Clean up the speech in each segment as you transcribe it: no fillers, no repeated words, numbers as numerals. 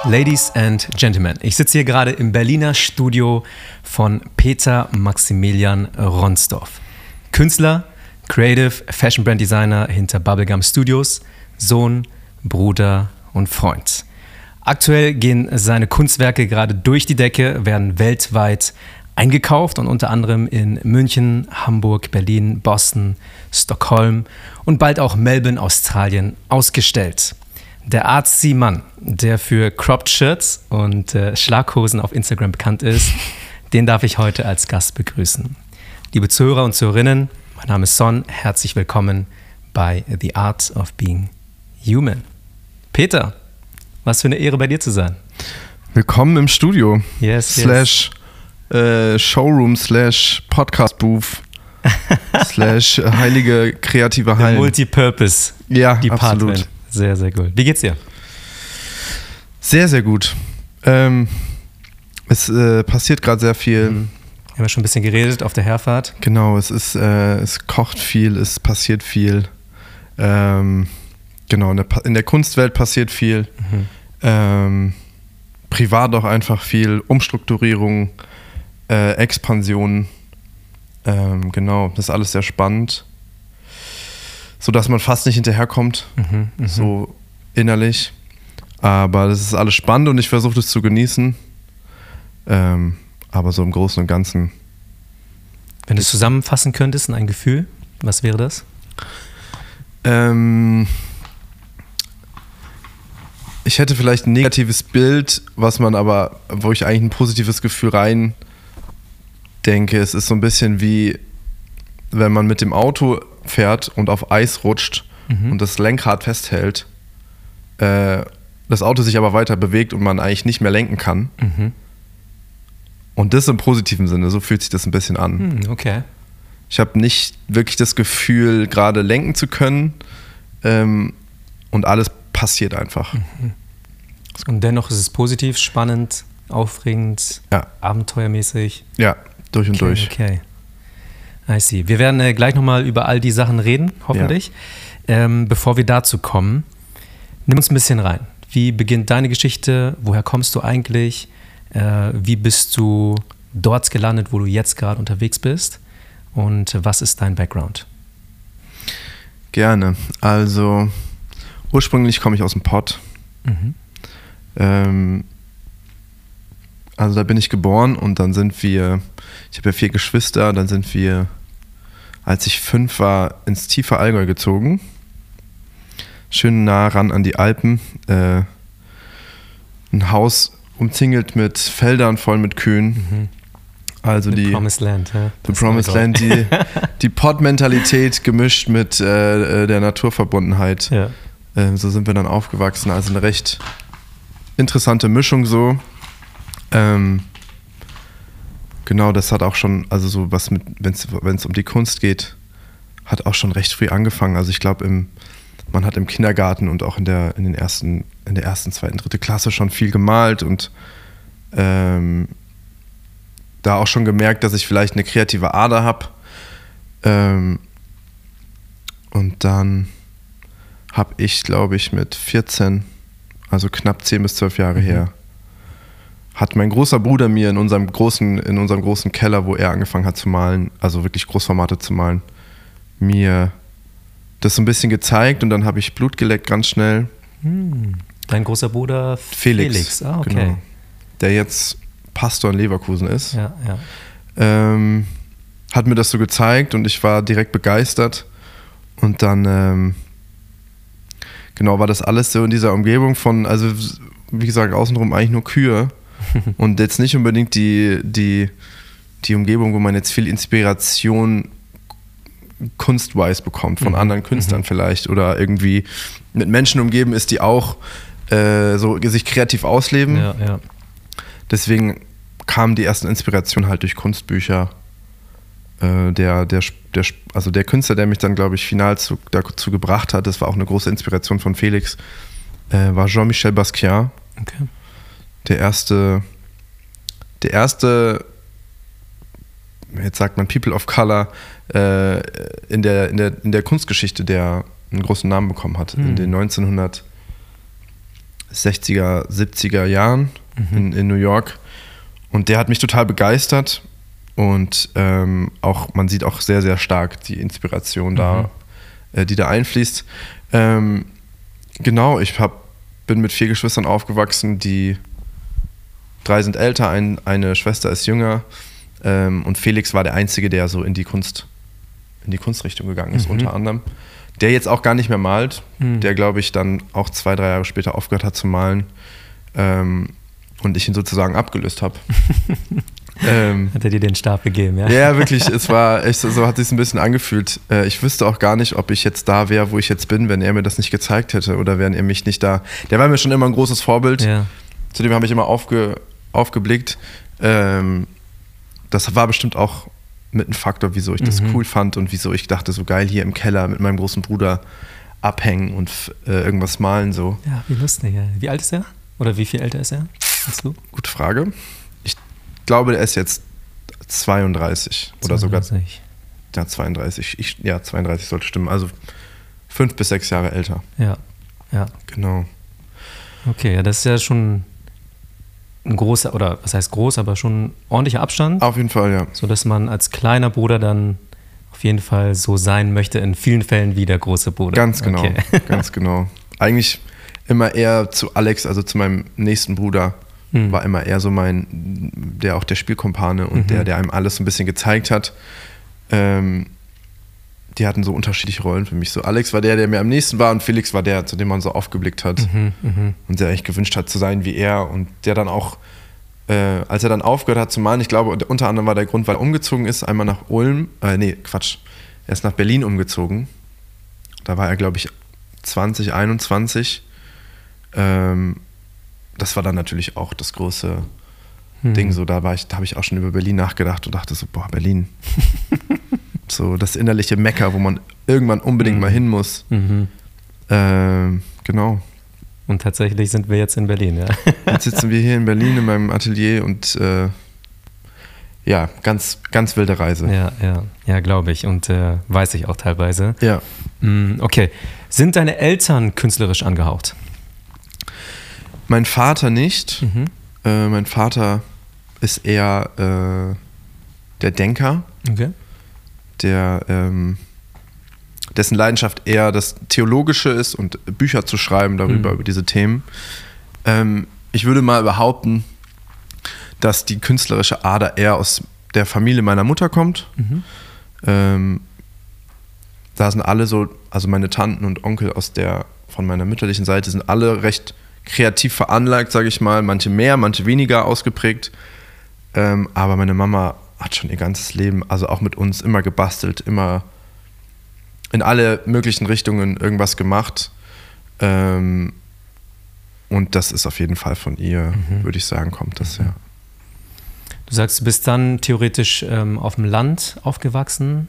Ladies and Gentlemen, ich sitze hier gerade im Berliner Studio von Peter Maximilian Ronsdorf. Künstler, Creative, Fashion Brand Designer hinter Bubblegum Studios, Sohn, Bruder und Freund. Aktuell gehen seine Kunstwerke gerade durch die Decke, werden weltweit eingekauft und unter anderem in München, Hamburg, Berlin, Boston, Stockholm und bald auch Melbourne, Australien ausgestellt. Der Artsy-Mann, der für Cropped Shirts und Schlaghosen auf Instagram bekannt ist, den darf ich heute als Gast begrüßen. Liebe Zuhörer und Zuhörerinnen, mein Name ist Son, herzlich willkommen bei The Art of Being Human. Peter, was für eine Ehre, bei dir zu sein. Willkommen im Studio. Yes. Showroom / Podcast Booth / heilige kreative Hallen. Multipurpose Department. Absolut. Sehr, sehr gut. Wie geht's dir? Sehr, sehr gut. Es passiert gerade sehr viel. Wir haben ja schon ein bisschen geredet auf der Herfahrt. Genau, es kocht viel, es passiert viel. Genau, in der Kunstwelt passiert viel. Privat auch einfach viel. Umstrukturierung, Expansion. Genau, das ist alles sehr spannend. So dass man fast nicht hinterherkommt, so innerlich. Aber das ist alles spannend und ich versuche das zu genießen. Aber so im Großen und Ganzen. Wenn du es zusammenfassen könntest in ein Gefühl, was wäre das? Ich hätte vielleicht ein negatives Bild, wo ich eigentlich ein positives Gefühl rein denke. Es ist so ein bisschen wie, wenn man mit dem Auto fährt und auf Eis rutscht und das Lenkrad festhält, das Auto sich aber weiter bewegt und man eigentlich nicht mehr lenken kann. Und das im positiven Sinne, so fühlt sich das ein bisschen an. Okay. Ich habe nicht wirklich das Gefühl, gerade lenken zu können, und alles passiert einfach. Und dennoch ist es positiv, spannend, aufregend, abenteuermäßig. Ja, durch und durch. Okay. I see. Wir werden gleich nochmal über all die Sachen reden, hoffentlich. Ja. Bevor wir dazu kommen, nimm uns ein bisschen rein. Wie beginnt deine Geschichte? Woher kommst du eigentlich? Wie bist du dort gelandet, wo du jetzt gerade unterwegs bist? Und was ist dein Background? Gerne. Also ursprünglich komme ich aus dem Pott. Also da bin ich geboren und dann ich habe ja 4 Geschwister, dann sind wir, als ich 5 war, ins tiefe Allgäu gezogen. Schön nah ran an die Alpen. Ein Haus umzingelt mit Feldern voll mit Kühen. Also The Promised Land. Ja? The Promised Land, die Pott-Mentalität gemischt mit der Naturverbundenheit. Ja. So sind wir dann aufgewachsen. Also eine recht interessante Mischung so. Genau, das hat auch schon, also so was mit, wenn es um die Kunst geht, hat auch schon recht früh angefangen. Also ich glaube, man hat im Kindergarten und auch in der ersten, 2., 3. Klasse schon viel gemalt und da auch schon gemerkt, dass ich vielleicht eine kreative Ader habe. Und dann habe ich, glaube ich, mit 14, also knapp 10 bis 12 Jahre her, hat mein großer Bruder mir in unserem großen Keller, wo er angefangen hat zu malen, also wirklich Großformate zu malen, mir das so ein bisschen gezeigt und dann habe ich Blut geleckt ganz schnell. Dein großer Bruder Felix. Ah, okay. Genau. Der jetzt Pastor in Leverkusen ist. Ja. Hat mir das so gezeigt und ich war direkt begeistert. Und dann genau war das alles so in dieser Umgebung von, also wie gesagt, außenrum eigentlich nur Kühe. Und jetzt nicht unbedingt die Umgebung, wo man jetzt viel Inspiration kunstwise bekommt, von anderen Künstlern vielleicht oder irgendwie mit Menschen umgeben ist, die auch so sich kreativ ausleben. Ja. Deswegen kam die ersten Inspirationen halt durch Kunstbücher. Der Künstler, der mich dann, glaube ich, final dazu gebracht hat, das war auch eine große Inspiration von Felix, war Jean-Michel Basquiat. Okay. Der erste, jetzt sagt man People of Color, in der Kunstgeschichte, der einen großen Namen bekommen hat. In den 60er, 70er Jahren in New York. Und der hat mich total begeistert. Und auch, man sieht auch sehr, sehr stark die Inspiration da, die da einfließt. Genau, bin mit 4 Geschwistern aufgewachsen, die 3 sind älter, eine Schwester ist jünger. Und Felix war der Einzige, der so in die Kunstrichtung gegangen ist, unter anderem. Der jetzt auch gar nicht mehr malt, der, glaube ich, dann auch 2, 3 Jahre später aufgehört hat zu malen und ich ihn sozusagen abgelöst habe. Hat er dir den Stab gegeben, ja? Ja, wirklich, es war echt, so hat es sich ein bisschen angefühlt. Ich wüsste auch gar nicht, ob ich jetzt da wäre, wo ich jetzt bin, wenn er mir das nicht gezeigt hätte oder wenn er mich nicht da... Der war mir schon immer ein großes Vorbild, zu dem habe ich immer aufgeblickt. Das war bestimmt auch mit ein Faktor, wieso ich das cool fand und wieso ich dachte, so geil hier im Keller mit meinem großen Bruder abhängen und irgendwas malen. So. Ja, wie lustig. Ja. Wie alt ist er? Oder wie viel älter ist er als du? Gute Frage. Ich glaube, er ist jetzt 32 oder sogar. Ja, 32. 32 sollte stimmen. Also 5 bis 6 Jahre älter. Ja. Genau. Okay, ja, das ist ja schon ein großer, oder was heißt groß, aber schon ein ordentlicher Abstand. Auf jeden Fall, ja. Sodass man als kleiner Bruder dann auf jeden Fall so sein möchte, in vielen Fällen wie der große Bruder. Ganz genau, ganz genau. Eigentlich immer eher zu Alex, also zu meinem nächsten Bruder, war immer eher so der auch der Spielkumpane und der einem alles so ein bisschen gezeigt hat. Die hatten so unterschiedliche Rollen für mich. So Alex war der mir am nächsten war und Felix war der, zu dem man so aufgeblickt hat und der eigentlich gewünscht hat zu sein wie er und der dann auch, als er dann aufgehört hat zu malen, ich glaube, unter anderem war der Grund, weil er umgezogen ist, einmal nach Ulm, er ist nach Berlin umgezogen. Da war er, glaube ich, 2021. Das war dann natürlich auch das große Ding. So, da habe ich auch schon über Berlin nachgedacht und dachte so, boah, Berlin. So das innerliche Mekka, wo man irgendwann unbedingt mal hin muss. Genau. Und tatsächlich sind wir jetzt in Berlin, ja. Jetzt sitzen wir hier in Berlin in meinem Atelier und ja, ganz, ganz wilde Reise. Ja, glaube ich und weiß ich auch teilweise. Ja. Okay. Sind deine Eltern künstlerisch angehaucht? Mein Vater nicht. Mein Vater ist eher der Denker. Okay. Dessen Leidenschaft eher das Theologische ist und Bücher zu schreiben darüber, über diese Themen. Ich würde mal behaupten, dass die künstlerische Ader eher aus der Familie meiner Mutter kommt. Da sind alle so, also meine Tanten und Onkel von meiner mütterlichen Seite sind alle recht kreativ veranlagt, sage ich mal. Manche mehr, manche weniger ausgeprägt. Aber meine Mama hat schon ihr ganzes Leben, also auch mit uns, immer gebastelt, immer in alle möglichen Richtungen irgendwas gemacht. Und das ist auf jeden Fall von ihr, würde ich sagen, kommt das, ja. Du sagst, du bist dann theoretisch auf dem Land aufgewachsen.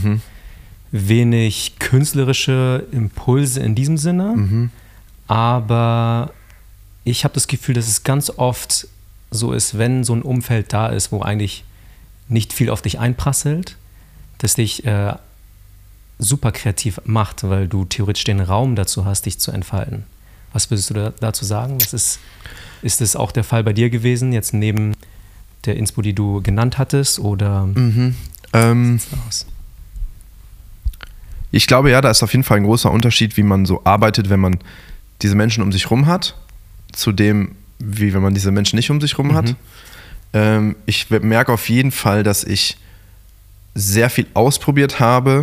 Wenig künstlerische Impulse in diesem Sinne. Aber ich habe das Gefühl, dass es ganz oft so ist, wenn so ein Umfeld da ist, wo eigentlich nicht viel auf dich einprasselt, dass dich super kreativ macht, weil du theoretisch den Raum dazu hast, dich zu entfalten. Was würdest du dazu sagen? Ist das auch der Fall bei dir gewesen, jetzt neben der Inspo, die du genannt hattest? Oder wie sieht's da aus? Ich glaube, ja, da ist auf jeden Fall ein großer Unterschied, wie man so arbeitet, wenn man diese Menschen um sich rum hat, zu dem, wie wenn man diese Menschen nicht um sich rum hat. Ich merke auf jeden Fall, dass ich sehr viel ausprobiert habe,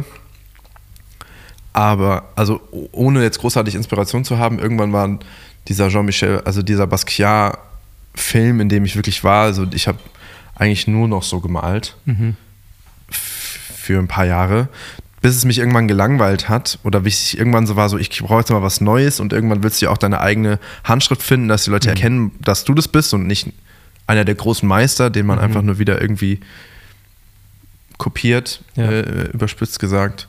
aber also ohne jetzt großartig Inspiration zu haben, irgendwann war dieser Jean-Michel, also dieser Basquiat-Film, in dem ich wirklich war, also ich habe eigentlich nur noch so gemalt für ein paar Jahre, bis es mich irgendwann gelangweilt hat oder wie ich irgendwann so war, so ich brauche jetzt mal was Neues und irgendwann willst du ja auch deine eigene Handschrift finden, dass die Leute erkennen, dass du das bist und nicht einer der großen Meister, den man einfach nur wieder irgendwie kopiert, überspitzt gesagt,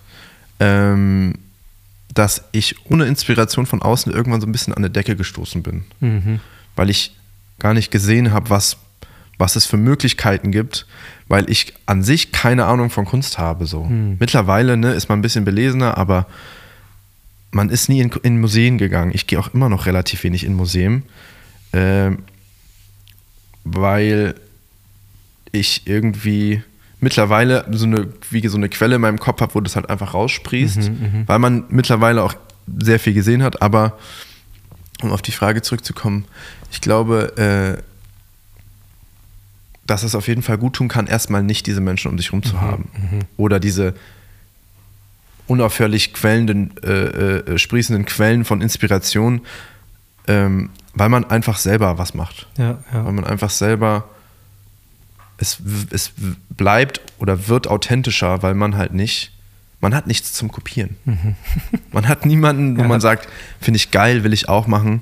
dass ich ohne Inspiration von außen irgendwann so ein bisschen an eine Decke gestoßen bin, weil ich gar nicht gesehen habe, was es für Möglichkeiten gibt, weil ich an sich keine Ahnung von Kunst habe. So. Mittlerweile ist man ein bisschen belesener, aber man ist nie in Museen gegangen. Ich gehe auch immer noch relativ wenig in Museen, weil ich irgendwie mittlerweile so eine Quelle in meinem Kopf habe, wo das halt einfach raussprießt, weil man mittlerweile auch sehr viel gesehen hat. Aber um auf die Frage zurückzukommen, ich glaube, dass es auf jeden Fall gut tun kann, erstmal nicht diese Menschen um sich rum zu haben. Oder diese unaufhörlich sprießenden Quellen von Inspiration, weil man einfach selber was macht. Ja. Weil man einfach selber, es bleibt oder wird authentischer, weil man hat nichts zum Kopieren. Man hat niemanden, wo man sagt, finde ich geil, will ich auch machen,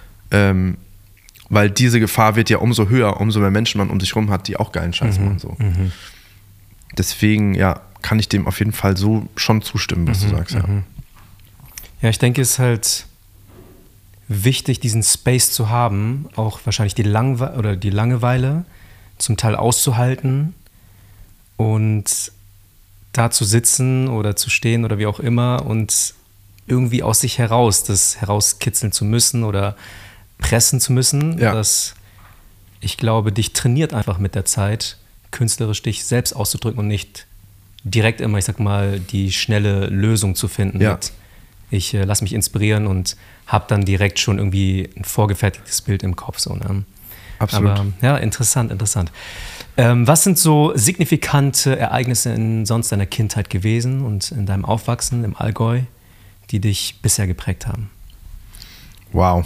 weil diese Gefahr wird ja umso höher, umso mehr Menschen man um sich rum hat, die auch geilen Scheiß machen. So. Deswegen, ja, kann ich dem auf jeden Fall so schon zustimmen, was du sagst. Ja. Ja, ich denke, es ist halt wichtig, diesen Space zu haben, auch wahrscheinlich die Langeweile zum Teil auszuhalten und da zu sitzen oder zu stehen oder wie auch immer und irgendwie aus sich heraus das herauskitzeln zu müssen oder pressen zu müssen. Ja. Das, ich glaube, dich trainiert einfach mit der Zeit, künstlerisch dich selbst auszudrücken und nicht direkt immer, ich sag mal, die schnelle Lösung zu finden. Ja. Mit, ich lasse mich inspirieren und habe dann direkt schon irgendwie ein vorgefertigtes Bild im Kopf. So, ne? Absolut. Aber ja, interessant. Was sind so signifikante Ereignisse in sonst deiner Kindheit gewesen und in deinem Aufwachsen im Allgäu, die dich bisher geprägt haben? Wow.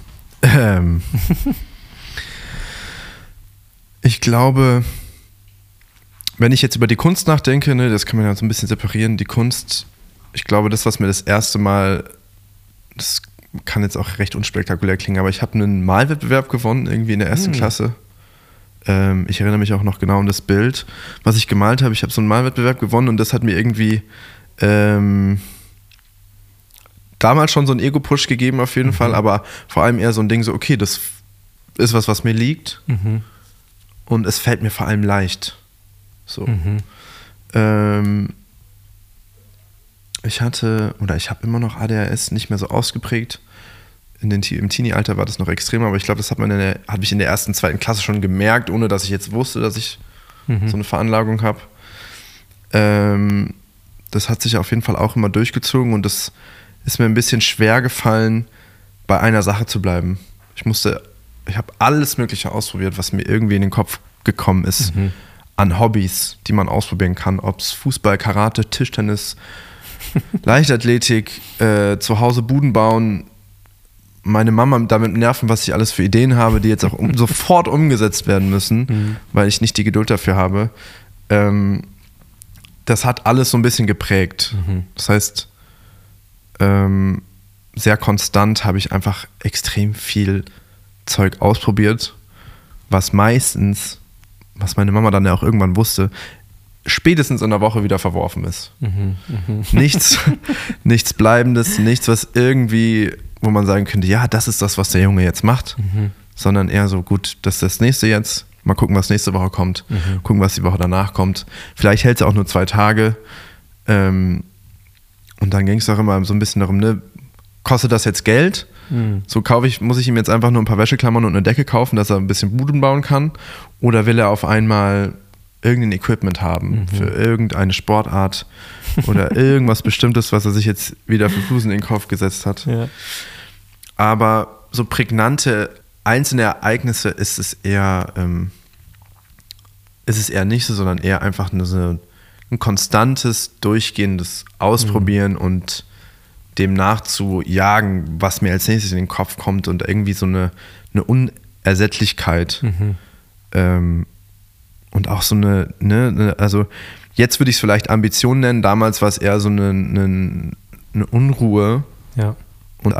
Ich glaube, wenn ich jetzt über die Kunst nachdenke, ne, das kann man ja so ein bisschen separieren, die Kunst, ich glaube, das, was mir das erste Mal, das kann jetzt auch recht unspektakulär klingen, aber ich habe einen Malwettbewerb gewonnen, irgendwie in der ersten Klasse. Ich erinnere mich auch noch genau an das Bild, was ich gemalt habe. Ich habe so einen Malwettbewerb gewonnen und das hat mir irgendwie damals schon so einen Ego-Push gegeben auf jeden Fall, aber vor allem eher so ein Ding so, okay, das ist was mir liegt und es fällt mir vor allem leicht. So. Ich habe immer noch ADHS, nicht mehr so ausgeprägt. Im Teenie-Alter war das noch extremer, aber ich glaube, das habe ich in der ersten, zweiten Klasse schon gemerkt, ohne dass ich jetzt wusste, dass ich so eine Veranlagung habe. Das hat sich auf jeden Fall auch immer durchgezogen und das ist mir ein bisschen schwer gefallen, bei einer Sache zu bleiben. Ich habe alles Mögliche ausprobiert, was mir irgendwie in den Kopf gekommen ist, an Hobbys, die man ausprobieren kann, ob es Fußball, Karate, Tischtennis, Leichtathletik, zu Hause Buden bauen, meine Mama damit nerven, was ich alles für Ideen habe, die jetzt auch sofort umgesetzt werden müssen, weil ich nicht die Geduld dafür habe. Das hat alles so ein bisschen geprägt. Das heißt, sehr konstant habe ich einfach extrem viel Zeug ausprobiert, was meine Mama dann ja auch irgendwann wusste, spätestens in der Woche wieder verworfen ist. Nichts Bleibendes, nichts, was irgendwie, wo man sagen könnte, ja, das ist das, was der Junge jetzt macht, sondern eher so, gut, das ist das nächste jetzt, mal gucken, was nächste Woche kommt, gucken, was die Woche danach kommt. Vielleicht hält es auch nur 2 Tage. Und dann ging es auch immer so ein bisschen darum, ne, kostet das jetzt Geld? So muss ich ihm jetzt einfach nur ein paar Wäscheklammern und eine Decke kaufen, dass er ein bisschen Buden bauen kann? Oder will er auf einmal irgendein Equipment haben für irgendeine Sportart oder irgendwas Bestimmtes, was er sich jetzt wieder für Fuß in den Kopf gesetzt hat? Ja. Aber so prägnante einzelne Ereignisse ist es eher nicht so, sondern eher einfach ein konstantes, durchgehendes Ausprobieren und dem nachzujagen, was mir als nächstes in den Kopf kommt und irgendwie so eine Unersättlichkeit und auch so also jetzt würde ich es vielleicht Ambition nennen, damals war es eher so eine Unruhe und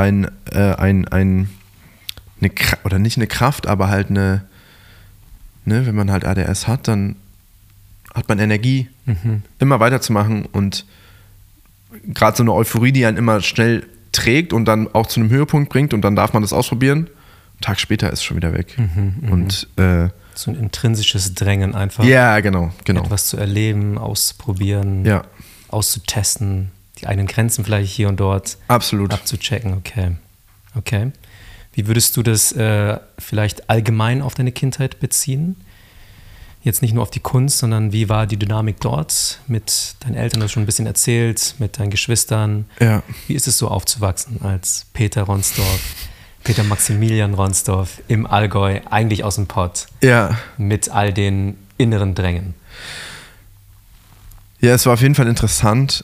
oder nicht eine Kraft, aber halt wenn man halt ADS hat, dann hat man Energie, immer weiterzumachen und gerade so eine Euphorie, die einen immer schnell trägt und dann auch zu einem Höhepunkt bringt und dann darf man das ausprobieren. Einen Tag später ist es schon wieder weg. Und so ein intrinsisches Drängen einfach. Ja, genau. Etwas zu erleben, auszuprobieren, auszutesten, die eigenen Grenzen vielleicht hier und dort Absolut. abzuchecken. Okay. Wie würdest du das vielleicht allgemein auf deine Kindheit beziehen? Jetzt nicht nur auf die Kunst, sondern wie war die Dynamik dort mit deinen Eltern? Du hast schon ein bisschen erzählt, mit deinen Geschwistern. Ja. Wie ist es so aufzuwachsen als Peter Maximilian Ronsdorf im Allgäu, eigentlich aus dem Pott, mit all den inneren Drängen? Ja, es war auf jeden Fall interessant,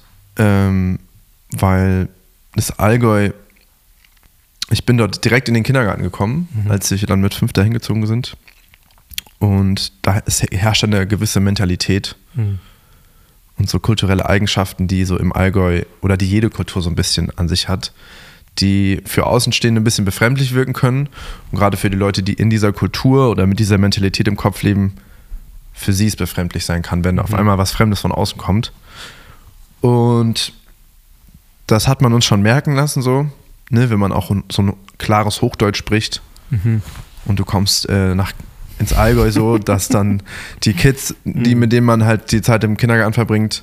weil das Allgäu, ich bin dort direkt in den Kindergarten gekommen, als wir dann mit 5 dahin gezogen sind. Und da herrscht eine gewisse Mentalität und so kulturelle Eigenschaften, die so im Allgäu oder die jede Kultur so ein bisschen an sich hat, die für Außenstehende ein bisschen befremdlich wirken können. Und gerade für die Leute, die in dieser Kultur oder mit dieser Mentalität im Kopf leben, für sie es befremdlich sein kann, wenn auf einmal was Fremdes von außen kommt. Und das hat man uns schon merken lassen, so, ne, wenn man auch so ein klares Hochdeutsch spricht und du kommst ins Allgäu so, dass dann die Kids, mit denen man halt die Zeit im Kindergarten verbringt,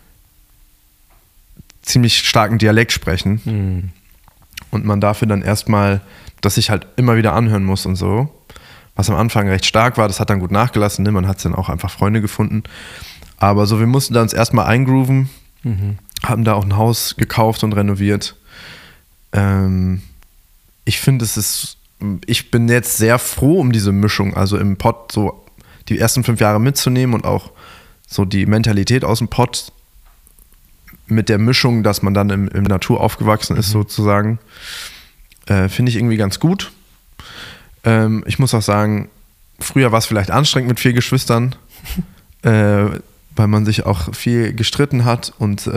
ziemlich starken Dialekt sprechen. Und man dafür dann erstmal, dass sich halt immer wieder anhören muss und so. Was am Anfang recht stark war, das hat dann gut nachgelassen, ne? Man hat dann auch einfach Freunde gefunden. Aber so, wir mussten da uns erstmal eingrooven, haben da auch ein Haus gekauft und renoviert. Ich finde, ich bin jetzt sehr froh um diese Mischung, also im Pott so die ersten 5 Jahre mitzunehmen und auch so die Mentalität aus dem Pott mit der Mischung, dass man dann in der Natur aufgewachsen ist sozusagen, finde ich irgendwie ganz gut. Ich muss auch sagen, früher war es vielleicht anstrengend mit 4 Geschwistern, weil man sich auch viel gestritten hat und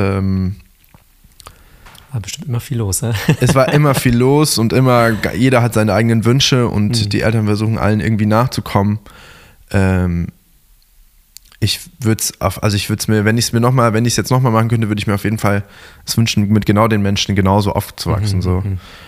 war bestimmt immer viel los, ne? Es war immer viel los und jeder hat seine eigenen Wünsche und die Eltern versuchen allen irgendwie nachzukommen. Ich würde es mir, wenn ich es jetzt nochmal machen könnte, würde ich mir auf jeden Fall es wünschen, mit genau den Menschen genauso aufzuwachsen. So.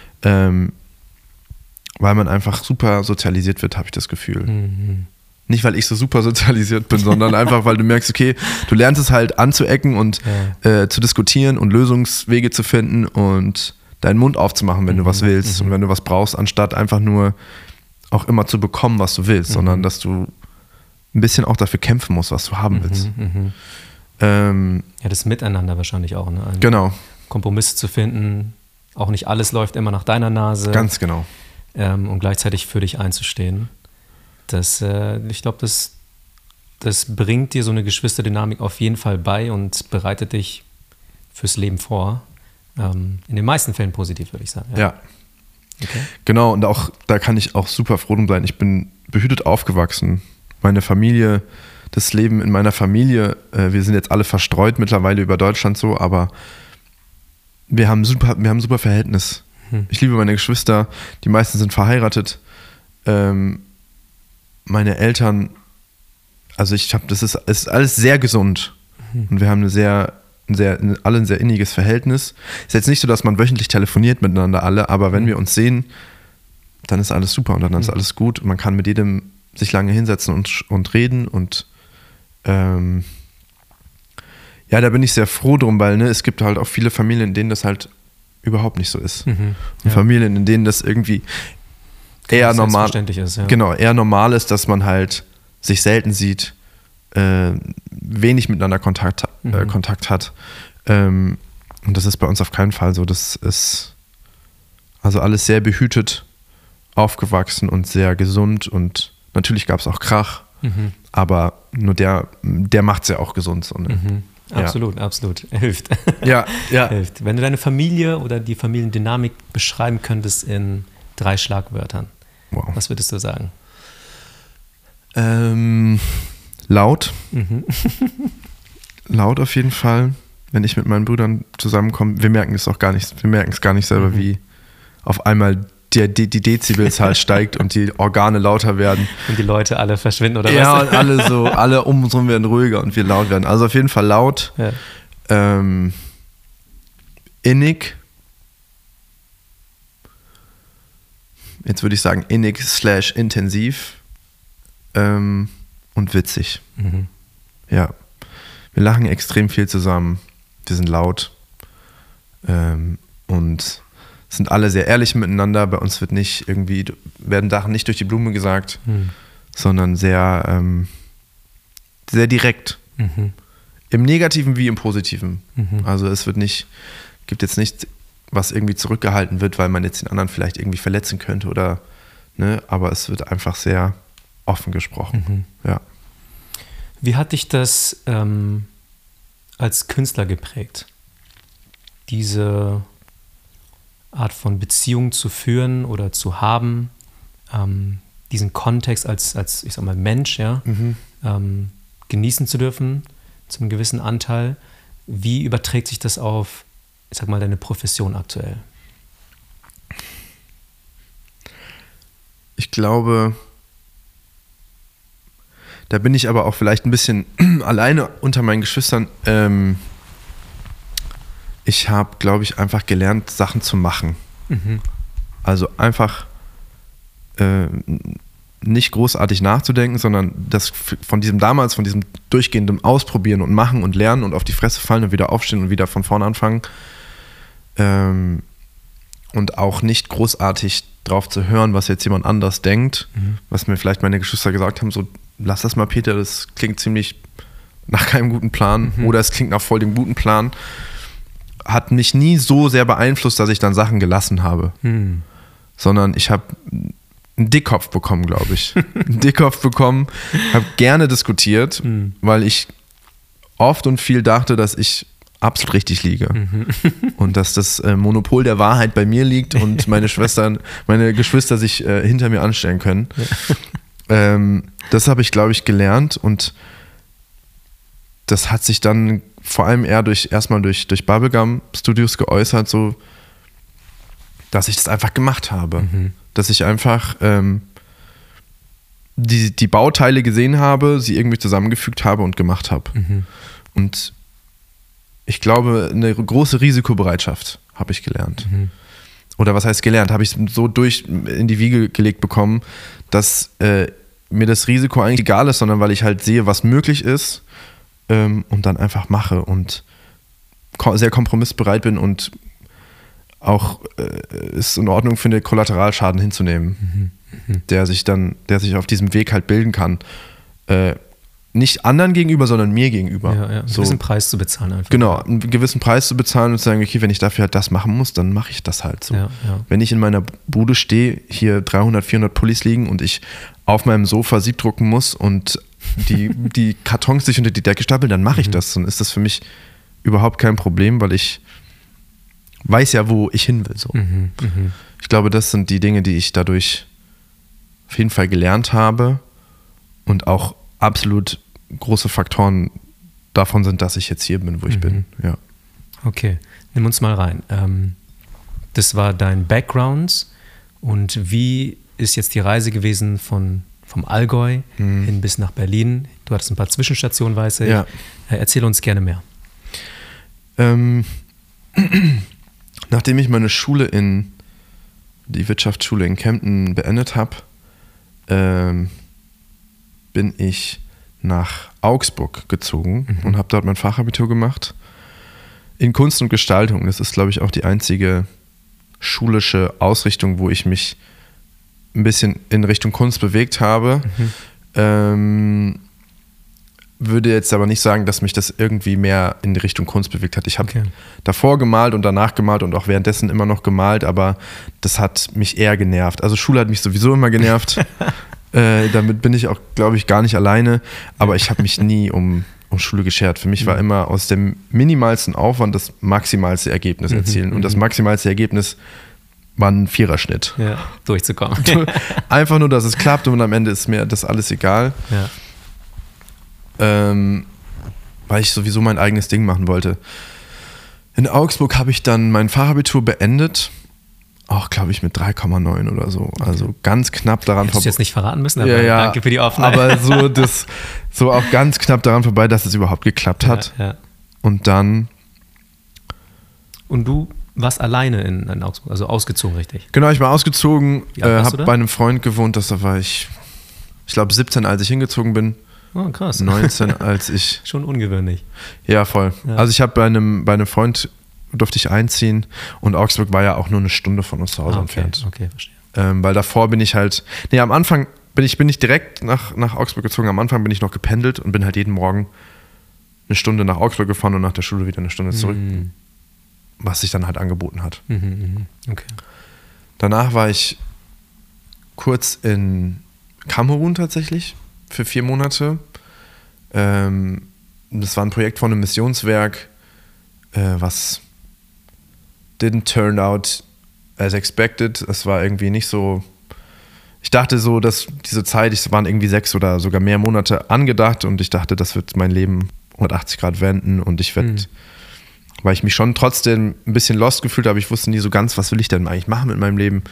Weil man einfach super sozialisiert wird, habe ich das Gefühl. Nicht, weil ich so super sozialisiert bin, sondern einfach, weil du merkst, okay, du lernst es halt anzuecken und zu diskutieren und Lösungswege zu finden und deinen Mund aufzumachen, wenn du was willst und wenn du was brauchst, anstatt einfach nur auch immer zu bekommen, was du willst, sondern dass du ein bisschen auch dafür kämpfen musst, was du haben willst. Ja, das Miteinander wahrscheinlich auch, ne? Genau. Kompromisse zu finden, auch nicht alles läuft immer nach deiner Nase. Ganz genau. Und gleichzeitig für dich einzustehen. Ich glaube, das bringt dir so eine Geschwisterdynamik auf jeden Fall bei und bereitet dich fürs Leben vor. In den meisten Fällen positiv, würde ich sagen. Ja. Okay. Genau, und auch da kann ich auch super froh drum sein. Ich bin behütet aufgewachsen. Meine Familie, das Leben in meiner Familie, wir sind jetzt alle verstreut mittlerweile über Deutschland so, aber wir haben ein super Verhältnis. Ich liebe meine Geschwister, die meisten sind verheiratet. Meine Eltern, also es ist alles sehr gesund und wir haben alle ein sehr inniges Verhältnis. Ist jetzt nicht so, dass man wöchentlich telefoniert miteinander alle, aber wenn wir uns sehen, dann ist alles super und dann ist alles gut und man kann mit jedem sich lange hinsetzen und reden und ja, da bin ich sehr froh drum, weil es gibt halt auch viele Familien, in denen das halt überhaupt nicht so ist. Und Familien, in denen das irgendwie eher normal ist. Ja. Genau, eher normal ist, dass man halt sich selten sieht, wenig miteinander Kontakt hat. Und das ist bei uns auf keinen Fall so. Das ist also alles sehr behütet aufgewachsen und sehr gesund und natürlich gab es auch Krach, aber nur der macht es ja auch gesund. So, ne? Absolut. Hilft. Ja. Hilft. Wenn du deine Familie oder die Familiendynamik beschreiben könntest in 3 Schlagwörtern, was würdest du sagen? Laut. Laut auf jeden Fall. Wenn ich mit meinen Brüdern zusammenkomme, wir merken es gar nicht selber, wie auf einmal die Dezibelzahl steigt und die Organe lauter werden. Und die Leute alle verschwinden oder was? Ja, und alle um uns herum werden ruhiger und wir laut werden. Also auf jeden Fall laut. Ja. Innig. Jetzt würde ich sagen innig/intensiv. Und witzig. Ja. Wir lachen extrem viel zusammen. Wir sind laut. Und sind alle sehr ehrlich miteinander. Bei uns werden Sachen nicht durch die Blume gesagt, sondern sehr, sehr direkt. Im Negativen wie im Positiven. Also es gibt jetzt nichts, was irgendwie zurückgehalten wird, weil man jetzt den anderen vielleicht irgendwie verletzen könnte oder, ne, aber es wird einfach sehr offen gesprochen. Ja. Wie hat dich das als Künstler geprägt? Diese Art von Beziehung zu führen oder zu haben, diesen Kontext als ich sag mal, Mensch, ja, genießen zu dürfen, zum gewissen Anteil. Wie überträgt sich das auf, ich sag mal, deine Profession aktuell? Ich glaube, da bin ich aber auch vielleicht ein bisschen alleine unter meinen Geschwistern. Ich habe, glaube ich, einfach gelernt, Sachen zu machen. Also einfach nicht großartig nachzudenken, sondern von diesem durchgehenden Ausprobieren und Machen und Lernen und auf die Fresse fallen und wieder aufstehen und wieder von vorne anfangen. Und auch nicht großartig drauf zu hören, was jetzt jemand anders denkt, was mir vielleicht meine Geschwister gesagt haben, so, lass das mal, Peter, das klingt ziemlich nach keinem guten Plan oder es klingt nach voll dem guten Plan, hat mich nie so sehr beeinflusst, dass ich dann Sachen gelassen habe. Sondern ich habe einen Dickkopf bekommen, glaube ich. Einen Dickkopf bekommen, habe gerne diskutiert, weil ich oft und viel dachte, dass ich absolut richtig liege. Und dass das Monopol der Wahrheit bei mir liegt und meine Geschwister sich hinter mir anstellen können. Das habe ich, glaube ich, gelernt und das hat sich dann vor allem eher erstmal durch Bubblegum Studios geäußert, so, dass ich das einfach gemacht habe. Dass ich einfach die Bauteile gesehen habe, sie irgendwie zusammengefügt habe und gemacht habe. Und ich glaube, eine große Risikobereitschaft habe ich gelernt. Oder was heißt gelernt? Habe ich so in die Wiege gelegt bekommen, dass mir das Risiko eigentlich egal ist, sondern weil ich halt sehe, was möglich ist und dann einfach mache und sehr kompromissbereit bin und auch es in Ordnung finde, Kollateralschaden hinzunehmen, der sich auf diesem Weg halt bilden kann. Nicht anderen gegenüber, sondern mir gegenüber. Ja, einen gewissen Preis zu bezahlen einfach. Genau, einen gewissen Preis zu bezahlen und zu sagen, okay, wenn ich dafür halt das machen muss, dann mache ich das halt so. Ja. Wenn ich in meiner Bude stehe, hier 300, 400 Pullis liegen und ich auf meinem Sofa siebdrucken muss und die Kartons sich unter die Decke stapeln, dann mache ich das. Dann ist das für mich überhaupt kein Problem, weil ich weiß ja, wo ich hin will. So. Ich glaube, das sind die Dinge, die ich dadurch auf jeden Fall gelernt habe und auch absolut große Faktoren davon sind, dass ich jetzt hier bin, wo ich bin. Ja. Okay, nimm uns mal rein. Das war dein Background und wie ist jetzt die Reise gewesen vom Allgäu hin bis nach Berlin? Du hattest ein paar Zwischenstationen, weiß ich. Ja. Erzähl uns gerne mehr. Nachdem ich meine die Wirtschaftsschule in Kempten beendet habe, bin ich nach Augsburg gezogen und habe dort mein Fachabitur gemacht in Kunst und Gestaltung. Das ist, glaube ich, auch die einzige schulische Ausrichtung, wo ich mich ein bisschen in Richtung Kunst bewegt habe. Würde jetzt aber nicht sagen, dass mich das irgendwie mehr in die Richtung Kunst bewegt hat. Ich habe davor gemalt und danach gemalt und auch währenddessen immer noch gemalt, aber das hat mich eher genervt. Also Schule hat mich sowieso immer genervt. Damit bin ich auch, glaube ich, gar nicht alleine, aber ich habe mich nie um Schule geschert. Für mich war immer aus dem minimalsten Aufwand das maximalste Ergebnis erzielen. Und das maximalste Ergebnis war ein 4er-Schnitt. Ja, durchzukommen. Einfach nur, dass es klappt und am Ende ist mir das alles egal. Ja. Weil ich sowieso mein eigenes Ding machen wollte. In Augsburg habe ich dann mein Fachabitur beendet. Auch, glaube ich, mit 3,9 oder so. Also ganz knapp daran vorbei. Hättest du jetzt nicht verraten müssen, aber ja, danke für die Offenheit. Aber so auch ganz knapp daran vorbei, dass es überhaupt geklappt hat. Ja. Und dann... Und du warst alleine in Augsburg, also ausgezogen, richtig? Genau, ich war ausgezogen, habe bei einem Freund gewohnt, da war ich glaube 17, als ich hingezogen bin. Oh, krass. 19, als ich... Schon ungewöhnlich. Ja, voll. Ja. Also ich habe bei einem Freund durfte ich einziehen und Augsburg war ja auch nur eine Stunde von uns zu Hause entfernt. Okay, verstehe. Weil davor bin ich halt, am Anfang bin ich direkt nach Augsburg gezogen. Am Anfang bin ich noch gependelt und bin halt jeden Morgen eine Stunde nach Augsburg gefahren und nach der Schule wieder eine Stunde zurück, was sich dann halt angeboten hat. Okay. Danach war ich kurz in Kamerun tatsächlich für 4 Monate. Das war ein Projekt von einem Missionswerk, was didn't turn out as expected. Es war irgendwie nicht so. Ich dachte so, dass diese Zeit, es waren irgendwie 6 oder sogar mehr Monate angedacht und ich dachte, das wird mein Leben 180 Grad wenden und ich werde, weil ich mich schon trotzdem ein bisschen lost gefühlt habe, ich wusste nie so ganz, was will ich denn eigentlich machen mit meinem Leben.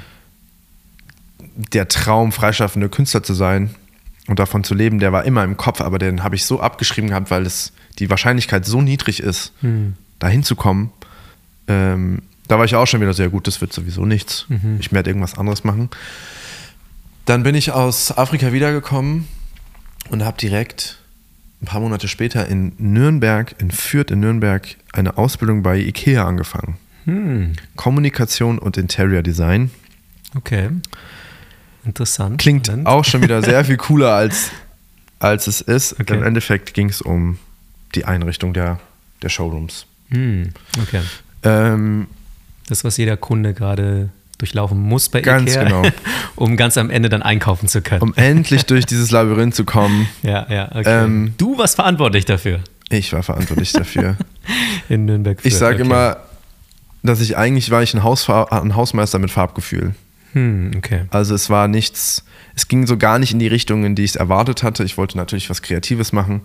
Der Traum, freischaffender Künstler zu sein und davon zu leben, der war immer im Kopf, aber den habe ich so abgeschrieben gehabt, weil die Wahrscheinlichkeit so niedrig ist, da hinzukommen. Da war ich auch schon wieder sehr gut, das wird sowieso nichts. Ich werde irgendwas anderes machen. Dann bin ich aus Afrika wiedergekommen und habe direkt ein paar Monate später in Fürth in Nürnberg, eine Ausbildung bei IKEA angefangen. Kommunikation und Interior Design. Okay. Interessant. Klingt auch schon wieder sehr viel cooler, als es ist. Okay. Im Endeffekt ging es um die Einrichtung der Showrooms. Okay. Das, was jeder Kunde gerade durchlaufen muss bei Ganz IKEA, genau. um ganz am Ende dann einkaufen zu können. Um endlich durch dieses Labyrinth zu kommen. Ja, okay. Du warst verantwortlich dafür. Ich war verantwortlich dafür. In Nürnberg. Ich sage immer, dass ich eigentlich war ein Hausmeister mit Farbgefühl. Okay. Also es war nichts, es ging so gar nicht in die Richtung, in die ich es erwartet hatte. Ich wollte natürlich was Kreatives machen.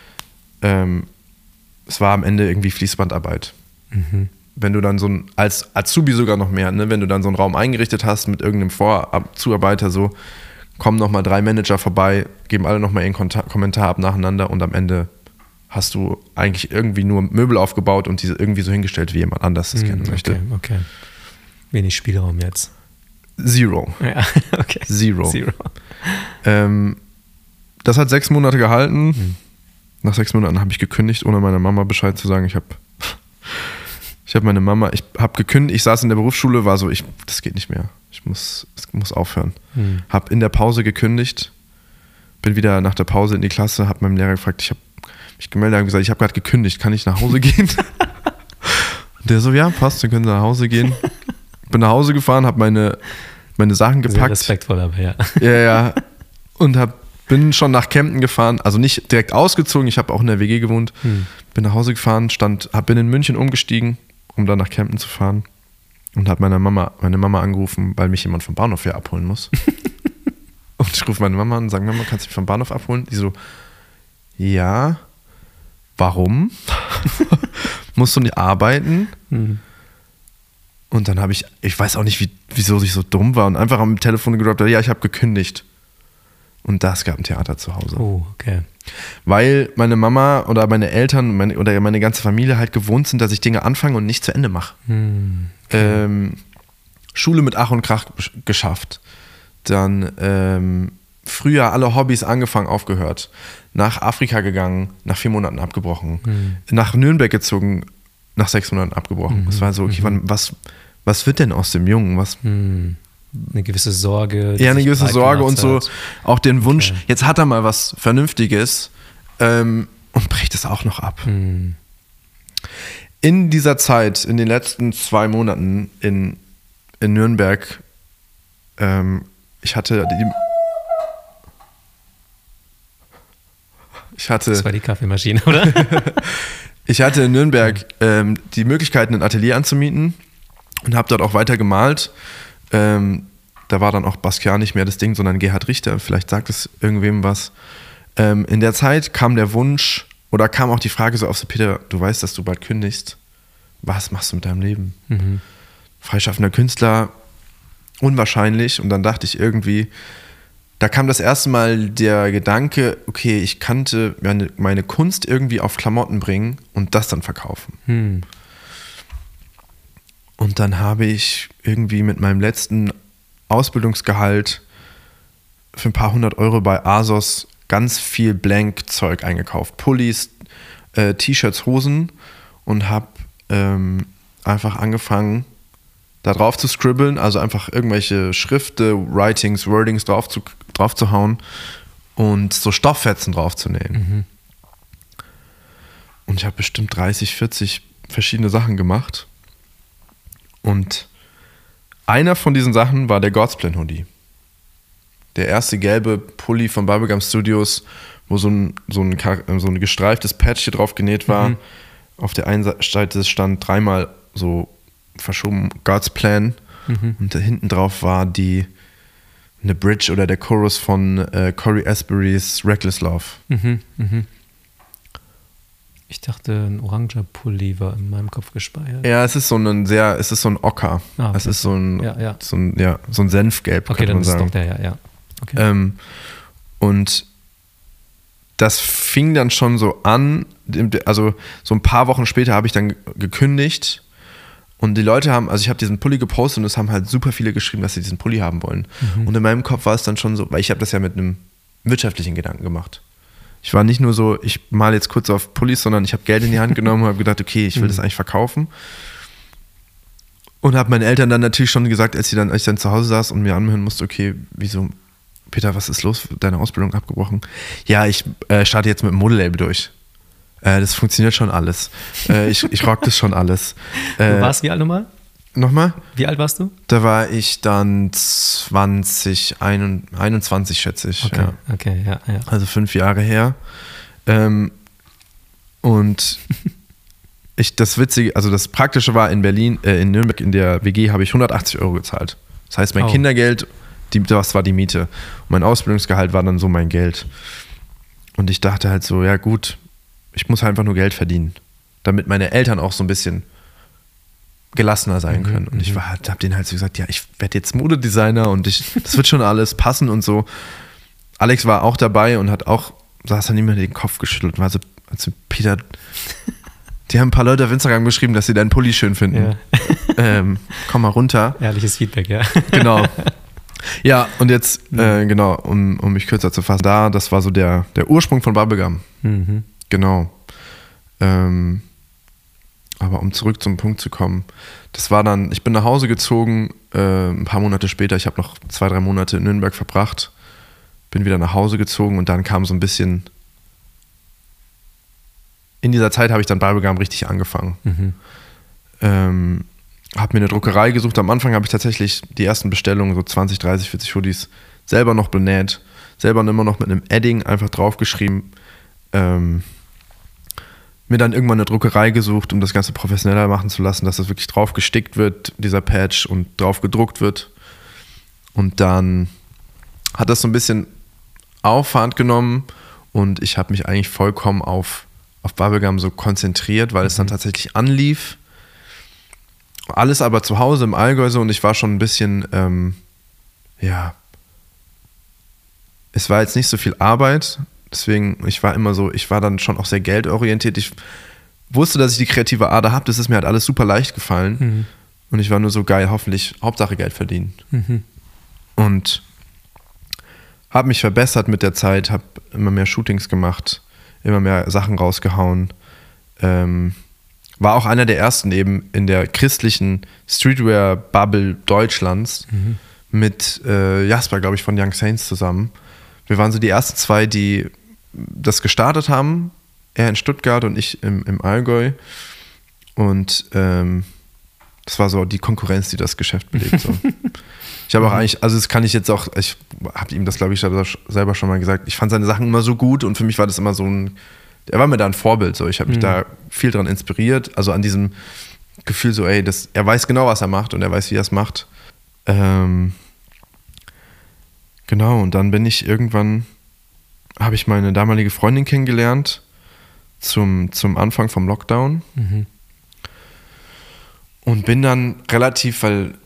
Es war am Ende irgendwie Fließbandarbeit. Wenn du dann als Azubi sogar noch mehr, ne, wenn du dann so einen Raum eingerichtet hast mit irgendeinem Zuarbeiter, so kommen nochmal 3 Manager vorbei, geben alle nochmal ihren Kommentar ab nacheinander und am Ende hast du eigentlich irgendwie nur Möbel aufgebaut und diese irgendwie so hingestellt, wie jemand anders das kennen möchte. Okay. Wenig Spielraum jetzt. Zero. Ja, okay. Zero. Das hat 6 Monate gehalten. Nach 6 Monaten habe ich gekündigt, ohne meiner Mama Bescheid zu sagen. Ich habe gekündigt, ich saß in der Berufsschule, war so, das geht nicht mehr. Es muss aufhören. Habe in der Pause gekündigt, bin wieder nach der Pause in die Klasse, habe meinem Lehrer gefragt, ich habe mich gemeldet und gesagt, ich habe gerade gekündigt, kann ich nach Hause gehen? Und der so, ja, passt, dann können Sie nach Hause gehen. Bin nach Hause gefahren, habe meine Sachen gepackt. Sehr respektvoll, aber ja. Ja. Und bin schon nach Kempten gefahren, also nicht direkt ausgezogen, ich habe auch in der WG gewohnt. Bin nach Hause gefahren, bin in München umgestiegen, um dann nach Kempten zu fahren. Und habe meine Mama angerufen, weil mich jemand vom Bahnhof hier abholen muss. Und ich rufe meine Mama an und sage, Mama, kannst du mich vom Bahnhof abholen? Die so, ja, warum? Musst du nicht arbeiten? Und dann habe ich weiß auch nicht, wieso ich so dumm war und einfach am Telefon gedroppt habe, ja, ich habe gekündigt. Und das gab ein Theater zu Hause. Oh, okay. Weil meine Mama oder meine Eltern oder meine ganze Familie halt gewohnt sind, dass ich Dinge anfange und nicht zu Ende mache. Okay. Schule mit Ach und Krach geschafft. Dann früher alle Hobbys angefangen, aufgehört. Nach Afrika gegangen, nach 4 Monaten abgebrochen. Nach Nürnberg gezogen, nach 6 Monaten abgebrochen. Es war so, okay, was wird denn aus dem Jungen? Eine gewisse Sorge. Ja, eine gewisse Sorge und so auch den Wunsch, okay, jetzt hat er mal was Vernünftiges und bricht es auch noch ab. In dieser Zeit, in den letzten 2 Monaten in Nürnberg, das war die Kaffeemaschine, oder? Ich hatte in Nürnberg die Möglichkeit, ein Atelier anzumieten und habe dort auch weiter gemalt. Da war dann auch Basquiat nicht mehr das Ding, sondern Gerhard Richter. Vielleicht sagt es irgendwem was. In der Zeit kam der Wunsch oder kam auch die Frage so auf so, Peter, du weißt, dass du bald kündigst. Was machst du mit deinem Leben? Freischaffender Künstler, unwahrscheinlich. Und dann dachte ich irgendwie, da kam das erste Mal der Gedanke, okay, ich könnte meine Kunst irgendwie auf Klamotten bringen und das dann verkaufen. Und dann habe ich irgendwie mit meinem letzten Ausbildungsgehalt für ein paar 100 Euro bei ASOS ganz viel Blank-Zeug eingekauft. Pullis, T-Shirts, Hosen und habe einfach angefangen, da drauf zu scribbeln, also einfach irgendwelche Schriften, Writings, Wordings drauf zu hauen und so Stofffetzen drauf zu nähen. Mhm. Und ich habe bestimmt 30, 40 verschiedene Sachen gemacht. Und einer von diesen Sachen war der God's Plan Hoodie. Der erste gelbe Pulli von Bubblegum Studios, wo so ein gestreiftes Patch hier drauf genäht war. Mhm. Auf der einen Seite stand dreimal so verschoben God's Plan. Mhm. Und da hinten drauf war eine Bridge oder der Chorus von Corey Asburys Reckless Love. Mhm. Mhm. Ich dachte, ein oranger Pulli war in meinem Kopf gespeichert. Ja, es ist so ein Ocker. Ah, okay. Es ist so ein Ja. so ein Senfgelb, Okay, könnte dann man ist es sagen. doch der, ja. Okay. Und das fing dann schon so an, also so ein paar Wochen später habe ich dann gekündigt und die Leute haben, also ich habe diesen Pulli gepostet und es haben halt super viele geschrieben, dass sie diesen Pulli haben wollen. Mhm. Und in meinem Kopf war es dann schon so, weil ich habe das ja mit einem wirtschaftlichen Gedanken gemacht. Ich war nicht nur so, ich male jetzt kurz auf Pullis, sondern ich habe Geld in die Hand genommen und habe gedacht, okay, ich will das eigentlich verkaufen. Und habe meinen Eltern dann natürlich schon gesagt, als ich dann zu Hause saß und mir anhören musste, okay, wieso, Peter, was ist los? Deine Ausbildung abgebrochen? Ja, ich starte jetzt mit dem Modelabel durch. Das funktioniert schon alles. Ich rock das schon alles. Du warst wie alt nochmal? Nochmal? Wie alt warst du? Da war ich dann 21, schätze ich. Okay, ja. Okay, ja. Also 5 Jahre her. Und das Witzige, also das Praktische war in Berlin, in Nürnberg in der WG habe ich 180 € gezahlt. Das heißt, mein Kindergeld, das war die Miete. Und mein Ausbildungsgehalt war dann so mein Geld. Und ich dachte halt so, ja gut, ich muss halt einfach nur Geld verdienen, damit meine Eltern auch so ein bisschen gelassener sein können. Und ich habe denen halt so gesagt, ja, ich werde jetzt Modedesigner und das wird schon alles passen und so. Alex war auch dabei und saß dann immer den Kopf geschüttelt und war so, also Peter, die haben ein paar Leute auf Instagram geschrieben, dass sie deinen Pulli schön finden. Ja. Komm mal runter. Ehrliches Feedback, ja. Genau. Ja, und jetzt, genau, um mich kürzer zu fassen, das war so der Ursprung von Bubblegum. Mhm. Genau. Aber um zurück zum Punkt zu kommen, ich bin nach Hause gezogen, ein paar Monate später, ich habe noch 2-3 Monate in Nürnberg verbracht, bin wieder nach Hause gezogen und dann kam so ein bisschen, in dieser Zeit habe ich dann Bubblegum richtig angefangen. Mhm. Habe mir eine Druckerei gesucht, am Anfang habe ich tatsächlich die ersten Bestellungen, so 20, 30, 40 Hoodies, selber noch benäht, selber immer noch mit einem Edding einfach draufgeschrieben, mir dann irgendwann eine Druckerei gesucht, um das Ganze professioneller machen zu lassen, dass das wirklich drauf gestickt wird, dieser Patch, und drauf gedruckt wird. Und dann hat das so ein bisschen Aufwand genommen und ich habe mich eigentlich vollkommen auf Bubblegum so konzentriert, weil es dann tatsächlich anlief. Alles aber zu Hause im Allgäu so und ich war schon ein bisschen, es war jetzt nicht so viel Arbeit. Deswegen, ich war dann schon auch sehr geldorientiert. Ich wusste, dass ich die kreative Ader habe. Das ist mir halt alles super leicht gefallen. Mhm. Und ich war nur so geil, hoffentlich, Hauptsache Geld verdienen. Mhm. Und habe mich verbessert mit der Zeit, habe immer mehr Shootings gemacht, immer mehr Sachen rausgehauen. War auch einer der ersten eben in der christlichen Streetwear-Bubble Deutschlands mit Jasper, glaube ich, von Young Saints zusammen. Wir waren so die ersten 2, die das gestartet haben. Er in Stuttgart und ich im Allgäu. Und das war so die Konkurrenz, die das Geschäft belebt. So. Ich habe auch eigentlich, also das kann ich jetzt auch, ich habe ihm das, glaube ich, selber schon mal gesagt, ich fand seine Sachen immer so gut und für mich war das immer so er war mir da ein Vorbild. So. Ich habe mich da viel dran inspiriert. Also an diesem Gefühl so, er weiß genau, was er macht und er weiß, wie er es macht. Genau, und dann habe ich meine damalige Freundin kennengelernt zum Anfang vom Lockdown und bin dann relativ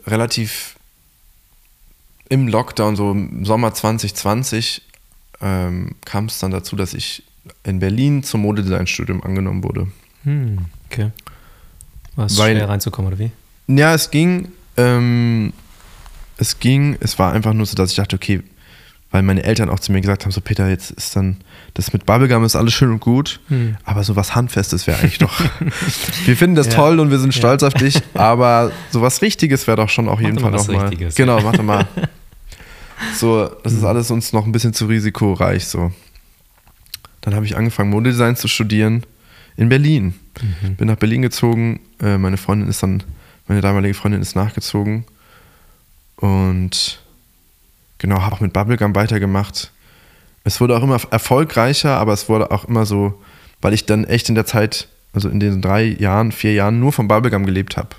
im Lockdown, so im Sommer 2020, kam es dann dazu, dass ich in Berlin zum Modedesign-Studium angenommen wurde. Okay. War es schwer reinzukommen, oder wie? Ja, es ging. Es war einfach nur so, dass ich dachte, okay, weil meine Eltern auch zu mir gesagt haben, so Peter, jetzt ist dann, das mit Bubblegum ist alles schön und gut, aber so was Handfestes wäre eigentlich doch, wir finden das toll und wir sind stolz auf dich, aber so was Richtiges wäre doch schon auf jeden Fall nochmal. Genau, warte mal. So, das ist alles uns noch ein bisschen zu risikoreich, so. Dann habe ich angefangen, Modedesign zu studieren in Berlin. Bin nach Berlin gezogen, meine damalige Freundin ist nachgezogen und genau, habe auch mit Bubblegum weitergemacht. Es wurde auch immer erfolgreicher, aber es wurde auch immer so, weil ich dann echt in der Zeit, also in den 4 Jahren nur vom Bubblegum gelebt habe.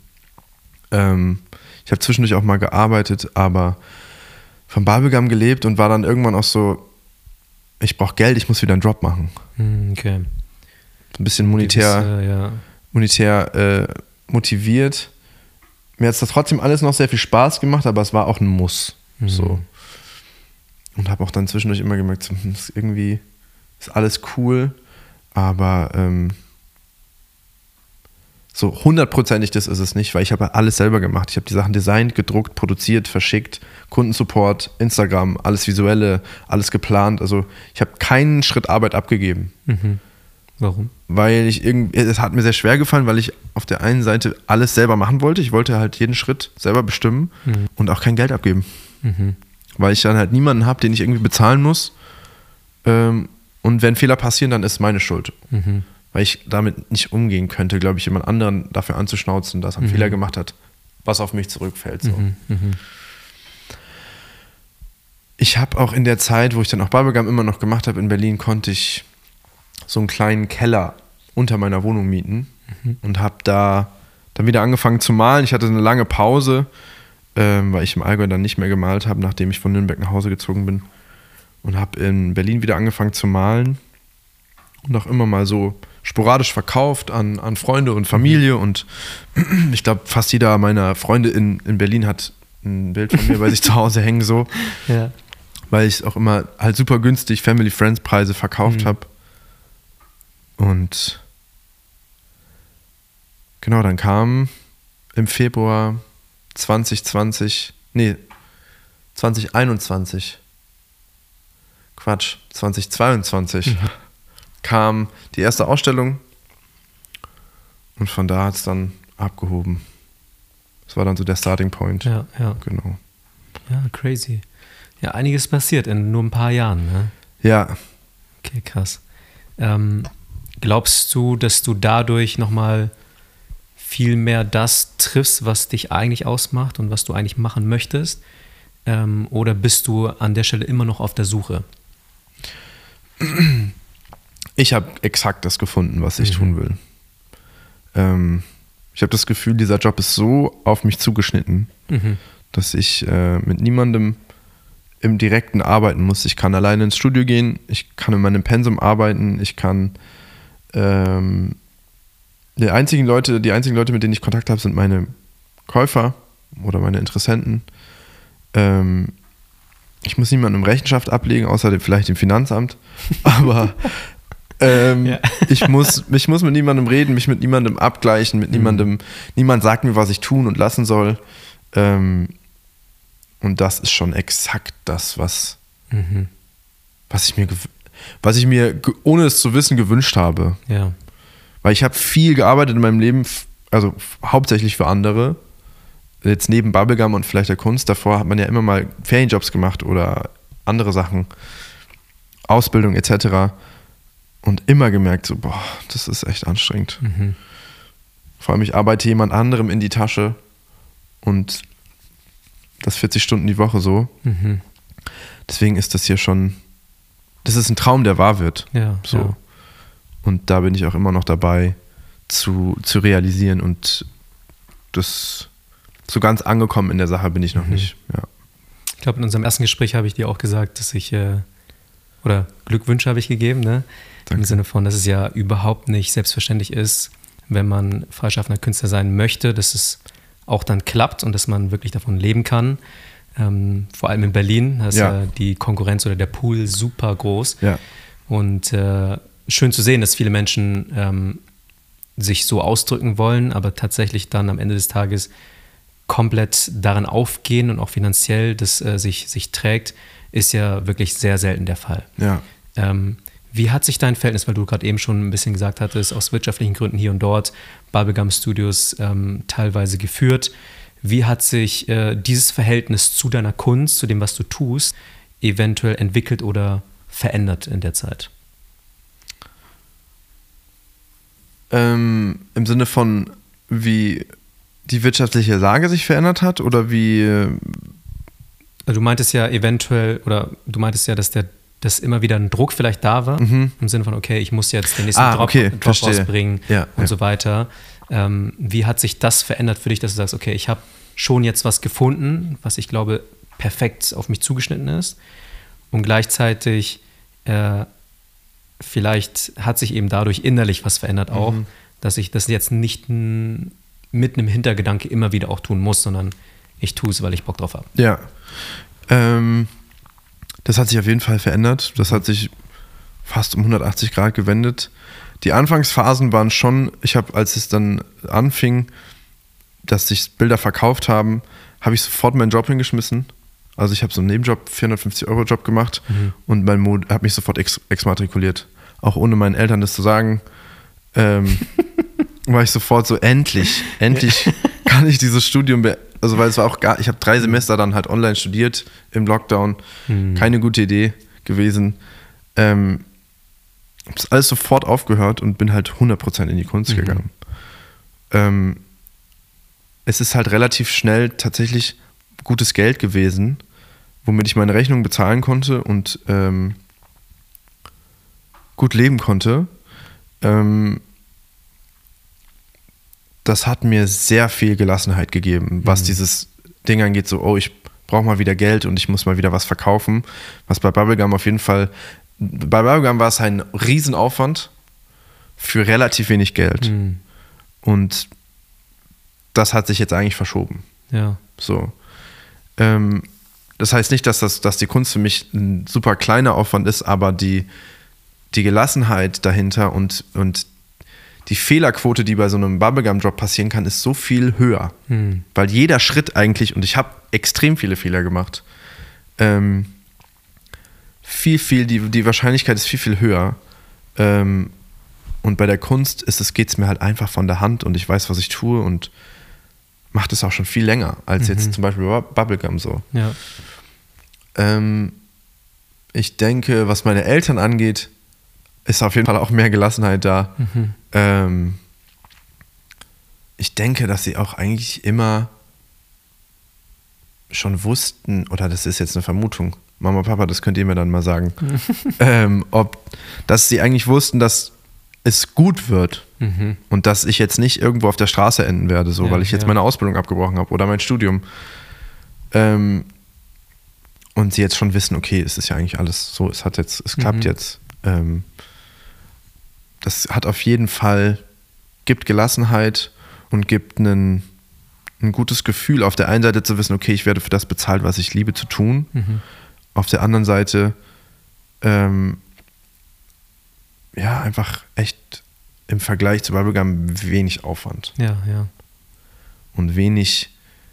Ich habe zwischendurch auch mal gearbeitet, aber vom Bubblegum gelebt und war dann irgendwann auch so, ich brauche Geld, ich muss wieder einen Drop machen. Okay. So ein bisschen monetär motiviert. Mir hat es trotzdem alles noch sehr viel Spaß gemacht, aber es war auch ein Muss. So. Und habe auch dann zwischendurch immer gemerkt, so, irgendwie ist alles cool, aber so 100%ig das ist es nicht, weil ich habe alles selber gemacht. Ich habe die Sachen designt, gedruckt, produziert, verschickt, Kundensupport, Instagram, alles Visuelle, alles geplant. Also ich habe keinen Schritt Arbeit abgegeben. Warum? Weil es hat mir sehr schwer gefallen, weil ich auf der einen Seite alles selber machen wollte. Ich wollte halt jeden Schritt selber bestimmen und auch kein Geld abgeben. Weil ich dann halt niemanden habe, den ich irgendwie bezahlen muss. Und wenn Fehler passieren, dann ist es meine Schuld. Weil ich damit nicht umgehen könnte, glaube ich, jemand anderen dafür anzuschnauzen, dass er einen Fehler gemacht hat, was auf mich zurückfällt. So. Ich habe auch in der Zeit, wo ich dann auch Bubblegum immer noch gemacht habe in Berlin, konnte ich so einen kleinen Keller unter meiner Wohnung mieten und habe da dann wieder angefangen zu malen. Ich hatte eine lange Pause, weil ich im Allgäu dann nicht mehr gemalt habe, nachdem ich von Nürnberg nach Hause gezogen bin, und habe in Berlin wieder angefangen zu malen und auch immer mal so sporadisch verkauft an Freunde und Familie, und ich glaube, fast jeder meiner Freunde in Berlin hat ein Bild von mir bei sich zu Hause hängen, so, weil ich auch immer halt super günstig Family-Friends-Preise verkauft habe. Und genau, dann kam im Februar 2021 kam die erste Ausstellung und von da hat es dann abgehoben. Das war dann so der Starting Point. Ja. Genau. Ja, crazy. Ja, einiges passiert in nur ein paar Jahren, ne? Ja. Okay, krass. Glaubst du, dass du dadurch nochmal viel mehr das triffst, was dich eigentlich ausmacht und was du eigentlich machen möchtest? Oder bist du an der Stelle immer noch auf der Suche? Ich habe exakt das gefunden, was ich tun will. Ich habe das Gefühl, dieser Job ist so auf mich zugeschnitten, dass ich mit niemandem im Direkten arbeiten muss. Ich kann alleine ins Studio gehen, ich kann in meinem Pensum arbeiten, ich kann die einzigen Leute, mit denen ich Kontakt habe, sind meine Käufer oder meine Interessenten. Ich muss niemandem Rechenschaft ablegen, außer vielleicht dem Finanzamt. Aber ich muss mit niemandem reden, mich mit niemandem abgleichen, niemand sagt mir, was ich tun und lassen soll. Und das ist schon exakt das, was ich mir, ohne es zu wissen, gewünscht habe. Ja. Weil ich habe viel gearbeitet in meinem Leben, also hauptsächlich für andere. Jetzt neben Bubblegum und vielleicht der Kunst. Davor hat man ja immer mal Ferienjobs gemacht oder andere Sachen, Ausbildung etc. Und immer gemerkt, so, boah, das ist echt anstrengend. Vor allem, ich arbeite jemand anderem in die Tasche und das 40 Stunden die Woche so. Deswegen ist das hier schon, das ist ein Traum, der wahr wird. Ja, so. Ja. Und da bin ich auch immer noch dabei zu realisieren, und das so ganz angekommen in der Sache bin ich noch nicht. Ja. Ich glaube, in unserem ersten Gespräch habe ich dir auch gesagt, dass ich, oder Glückwünsche habe ich gegeben, ne? Im Sinne von, dass es ja überhaupt nicht selbstverständlich ist, wenn man freischaffender Künstler sein möchte, dass es auch dann klappt und dass man wirklich davon leben kann. Vor allem in Berlin, da ist ja die Konkurrenz oder der Pool super groß. Ja. Und schön zu sehen, dass viele Menschen sich so ausdrücken wollen, aber tatsächlich dann am Ende des Tages komplett darin aufgehen und auch finanziell das sich trägt, ist ja wirklich sehr selten der Fall. Ja. Wie hat sich dein Verhältnis, weil du gerade eben schon ein bisschen gesagt hattest, aus wirtschaftlichen Gründen hier und dort, Bubblegum Studios teilweise geführt, wie hat sich dieses Verhältnis zu deiner Kunst, zu dem, was du tust, eventuell entwickelt oder verändert in der Zeit? Im Sinne von, wie die wirtschaftliche Lage sich verändert hat oder wie... Also du meintest ja eventuell, oder du meintest ja, dass immer wieder ein Druck vielleicht da war, im Sinne von, okay, ich muss jetzt den nächsten Drop rausbringen und so weiter. Wie hat sich das verändert für dich, dass du sagst, okay, ich habe schon jetzt was gefunden, was ich glaube perfekt auf mich zugeschnitten ist, und gleichzeitig vielleicht hat sich eben dadurch innerlich was verändert auch, dass ich das jetzt nicht mit einem Hintergedanke immer wieder auch tun muss, sondern ich tue es, weil ich Bock drauf habe. Ja, das hat sich auf jeden Fall verändert. Das hat sich fast um 180 Grad gewendet. Die Anfangsphasen waren schon, als es dann anfing, dass sich Bilder verkauft haben, habe ich sofort meinen Job hingeschmissen. Also ich habe so einen Nebenjob, 450-Euro-Job gemacht und mein Mod hat mich sofort exmatrikuliert. Auch ohne meinen Eltern das zu sagen, war ich sofort so, endlich kann ich dieses Studium also weil es war auch ich habe 3 Semester dann halt online studiert im Lockdown, keine gute Idee gewesen. Habe das alles sofort aufgehört und bin halt 100% in die Kunst gegangen. Es ist halt relativ schnell tatsächlich gutes Geld gewesen, womit ich meine Rechnung bezahlen konnte und gut leben konnte. Das hat mir sehr viel Gelassenheit gegeben, was dieses Ding angeht, so, ich brauche mal wieder Geld und ich muss mal wieder was verkaufen. Was bei Bubblegum auf jeden Fall, bei Bubblegum war es ein Riesenaufwand für relativ wenig Geld. Und das hat sich jetzt eigentlich verschoben. Ja. So. Das heißt nicht, dass die Kunst für mich ein super kleiner Aufwand ist, aber die Gelassenheit dahinter und die Fehlerquote, die bei so einem Bubblegum-Job passieren kann, ist so viel höher. Weil jeder Schritt eigentlich, und ich habe extrem viele Fehler gemacht, die Wahrscheinlichkeit ist viel höher. Und bei der Kunst geht es mir halt einfach von der Hand und ich weiß, was ich tue und mache das auch schon viel länger als jetzt zum Beispiel bei Bubblegum so. Ja. Ich denke, was meine Eltern angeht, ist auf jeden Fall auch mehr Gelassenheit da. Ich denke, dass sie auch eigentlich immer schon wussten, oder das ist jetzt eine Vermutung, Mama, Papa, das könnt ihr mir dann mal sagen, dass sie eigentlich wussten, dass es gut wird und dass ich jetzt nicht irgendwo auf der Straße enden werde, so, weil ich jetzt meine Ausbildung abgebrochen habe oder mein Studium. Und sie jetzt schon wissen, okay, es ist ja eigentlich alles so, es klappt jetzt. Das hat auf jeden Fall, gibt Gelassenheit und gibt ein gutes Gefühl, auf der einen Seite zu wissen, okay, ich werde für das bezahlt, was ich liebe zu tun. Auf der anderen Seite einfach echt im Vergleich zu Bubblegum wenig Aufwand. Ja. Und wenig,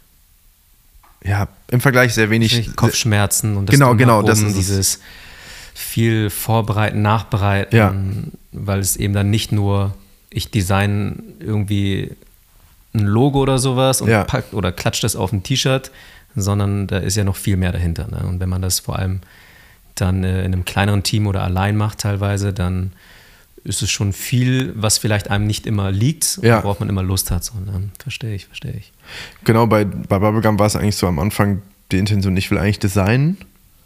im Vergleich sehr wenig Kopfschmerzen und genau, das ist dieses viel Vorbereiten, Nachbereiten, weil es eben dann nicht nur, ich design irgendwie ein Logo oder sowas und packt oder klatscht das auf ein T-Shirt, sondern da ist ja noch viel mehr dahinter. Ne? Und wenn man das vor allem dann in einem kleineren Team oder allein macht teilweise, dann ist es schon viel, was vielleicht einem nicht immer liegt, worauf man immer Lust hat. So, ne? Verstehe ich. Genau, bei Bubblegum war es eigentlich so am Anfang die Intention, ich will eigentlich designen.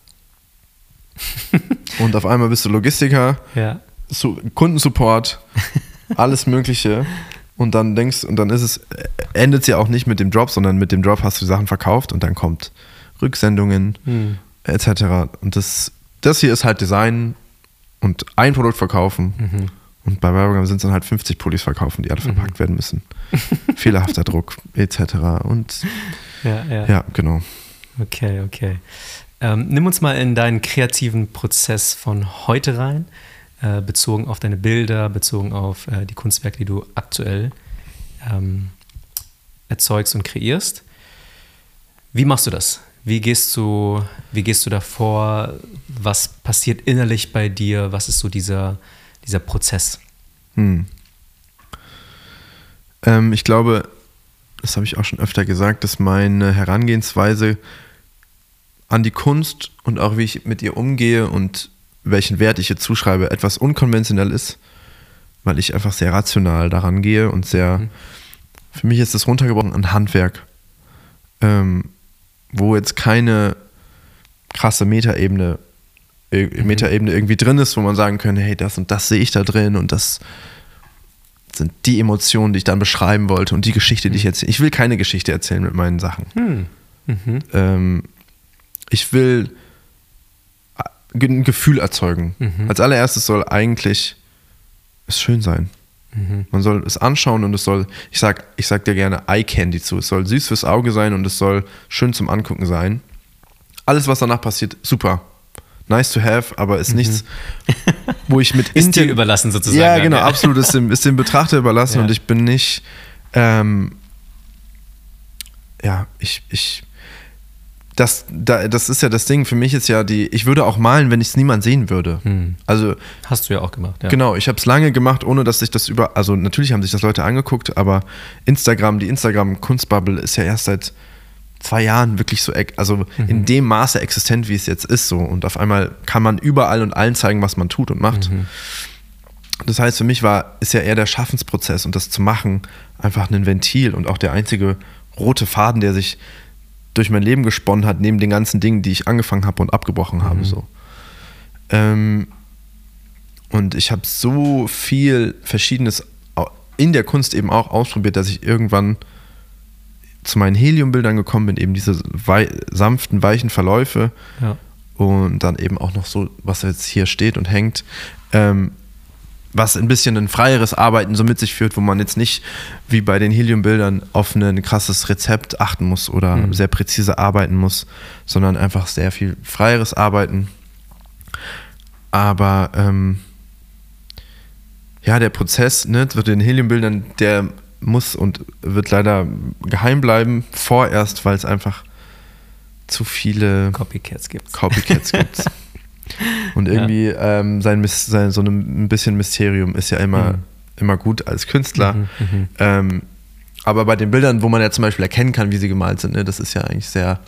Und auf einmal bist du Logistiker, Kundensupport, alles Mögliche. Und dann endet es ja auch nicht mit dem Job, sondern mit dem Job hast du Sachen verkauft und dann kommt Rücksendungen etc. Und das hier ist halt Design und ein Produkt verkaufen. Und bei Bubblegum sind es dann halt 50 Pullis verkaufen, die alle verpackt werden müssen. Fehlerhafter Druck etc. Und genau. Okay. Nimm uns mal in deinen kreativen Prozess von heute rein, bezogen auf deine Bilder, bezogen auf die Kunstwerke, die du aktuell erzeugst und kreierst. Wie machst du das? Wie gehst du davor? Was passiert innerlich bei dir? Was ist so dieser Prozess? Ich glaube, das habe ich auch schon öfter gesagt, dass meine Herangehensweise an die Kunst und auch wie ich mit ihr umgehe und welchen Wert ich ihr zuschreibe, etwas unkonventionell ist, weil ich einfach sehr rational daran gehe und sehr, für mich ist das runtergebrochen an Handwerk, wo jetzt keine krasse Metaebene irgendwie drin ist, wo man sagen könnte, hey, das und das sehe ich da drin und das sind die Emotionen, die ich dann beschreiben wollte und die Geschichte, die ich erzähle. Ich will keine Geschichte erzählen mit meinen Sachen. Ich will ein Gefühl erzeugen. Als allererstes soll eigentlich es schön sein. Man soll es anschauen und es soll, ich sag dir gerne Eye Candy zu. Es soll süß fürs Auge sein und es soll schön zum Angucken sein. Alles, was danach passiert, super. Nice to have, aber ist nichts, wo ich mit ist dir überlassen sozusagen. Ja, genau, absolut. Ist dem Betrachter überlassen und ich bin nicht, das ist ja das Ding, für mich ist ja ich würde auch malen, wenn ich es niemand sehen würde. Also hast du ja auch gemacht, ja. Genau, ich habe es lange gemacht, ohne dass sich das also natürlich haben sich das Leute angeguckt, aber die Instagram-Kunstbubble ist ja erst seit 2 Jahren wirklich so, also in dem Maße existent, wie es jetzt ist so und auf einmal kann man überall und allen zeigen, was man tut und macht. Das heißt, für mich ist ja eher der Schaffensprozess und das zu machen einfach ein Ventil und auch der einzige rote Faden, der sich durch mein Leben gesponnen hat, neben den ganzen Dingen, die ich angefangen habe und abgebrochen habe. So. Und ich habe so viel Verschiedenes in der Kunst eben auch ausprobiert, dass ich irgendwann zu meinen Heliumbildern gekommen bin, eben diese sanften, weichen Verläufe und dann eben auch noch so, was jetzt hier steht und hängt, was ein bisschen ein freieres Arbeiten so mit sich führt, wo man jetzt nicht wie bei den Heliumbildern auf ein krasses Rezept achten muss oder sehr präzise arbeiten muss, sondern einfach sehr viel freieres Arbeiten. Aber der Prozess zu den Heliumbildern, der muss und wird leider geheim bleiben, vorerst, weil es einfach zu viele Copycats gibt. Und irgendwie so ein bisschen Mysterium ist ja immer gut als Künstler. Aber bei den Bildern, wo man ja zum Beispiel erkennen kann, wie sie gemalt sind, das ist ja eigentlich sehr,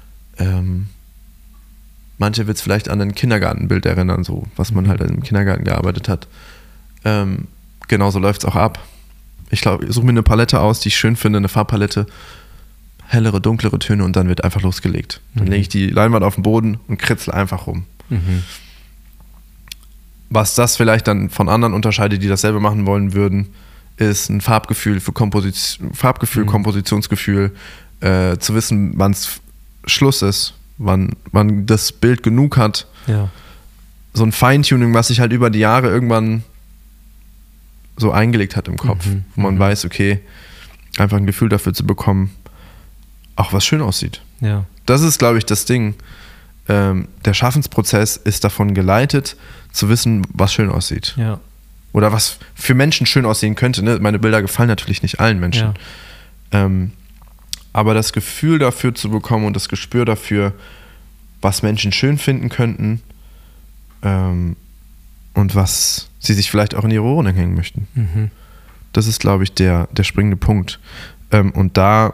manche wird es vielleicht an ein Kindergartenbild erinnern, so was man halt im Kindergarten gearbeitet hat. Genauso läuft es auch ab. Ich suche mir eine Palette aus, die ich schön finde, eine Farbpalette, hellere, dunklere Töne und dann wird einfach losgelegt. Dann lege ich die Leinwand auf den Boden und kritzel einfach rum. Was das vielleicht dann von anderen unterscheidet, die dasselbe machen wollen würden, ist ein Farbgefühl für Kompositionsgefühl, zu wissen, wann es Schluss ist, wann das Bild genug hat. Ja. So ein Feintuning, was sich halt über die Jahre irgendwann so eingelegt hat im Kopf, wo man weiß, okay, einfach ein Gefühl dafür zu bekommen, auch was schön aussieht. Ja. Das ist, glaube ich, das Ding. Der Schaffensprozess ist davon geleitet, zu wissen, was schön aussieht. Ja. Oder was für Menschen schön aussehen könnte. Ne? Meine Bilder gefallen natürlich nicht allen Menschen. Ja. Aber das Gefühl dafür zu bekommen und das Gespür dafür, was Menschen schön finden könnten und was sie sich vielleicht auch in ihre Ohren hängen möchten. Das ist, glaube ich, der springende Punkt. Und da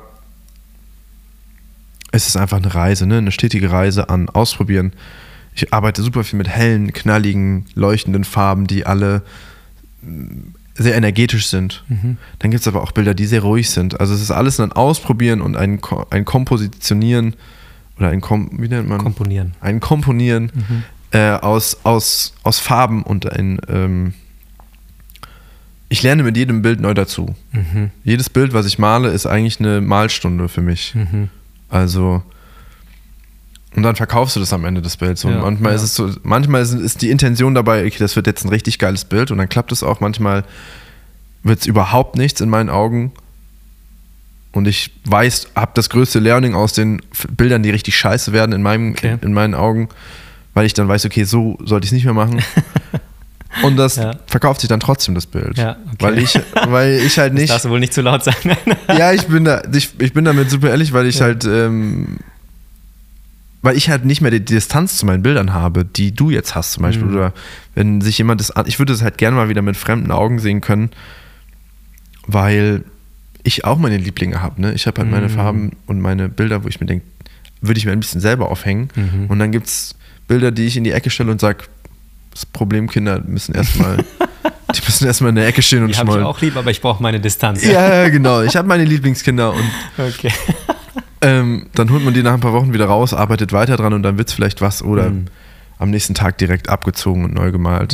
ist es einfach eine Reise, eine stetige Reise an Ausprobieren. Ich arbeite super viel mit hellen, knalligen, leuchtenden Farben, die alle sehr energetisch sind. Dann gibt es aber auch Bilder, die sehr ruhig sind. Also es ist alles ein Ausprobieren und ein Kompositionieren oder wie nennt man? Komponieren. Ein Komponieren aus Farben und ich lerne mit jedem Bild neu dazu. Jedes Bild, was ich male, ist eigentlich eine Malstunde für mich. Also und dann verkaufst du das am Ende des Bilds. Und manchmal ist es so, manchmal ist die Intention dabei, okay, das wird jetzt ein richtig geiles Bild und dann klappt es auch. Manchmal wird es überhaupt nichts in meinen Augen. Und ich habe das größte Learning aus den Bildern, die richtig scheiße werden in meinen Augen, weil ich dann weiß, okay, so sollte ich es nicht mehr machen. Und das verkauft sich dann trotzdem, das Bild. Ja, okay. Weil ich halt nicht. Das darfst du wohl nicht zu laut sagen. Ja, ich bin damit super ehrlich, weil ich halt weil ich halt nicht mehr die Distanz zu meinen Bildern habe, die du jetzt hast zum Beispiel. Oder wenn sich jemand ich würde das halt gerne mal wieder mit fremden Augen sehen können, weil ich auch meine Lieblinge habe. Ne? Ich habe halt meine Farben und meine Bilder, wo ich mir denke, würde ich mir ein bisschen selber aufhängen. Und dann gibt es Bilder, die ich in die Ecke stelle und sage, das Problemkinder müssen erstmal in der Ecke stehen und schmollen. Die habe ich auch lieb, aber ich brauche meine Distanz. Ja, genau. Ich habe meine Lieblingskinder und okay. Dann holt man die nach ein paar Wochen wieder raus, arbeitet weiter dran und dann wird es vielleicht was oder am nächsten Tag direkt abgezogen und neu gemalt.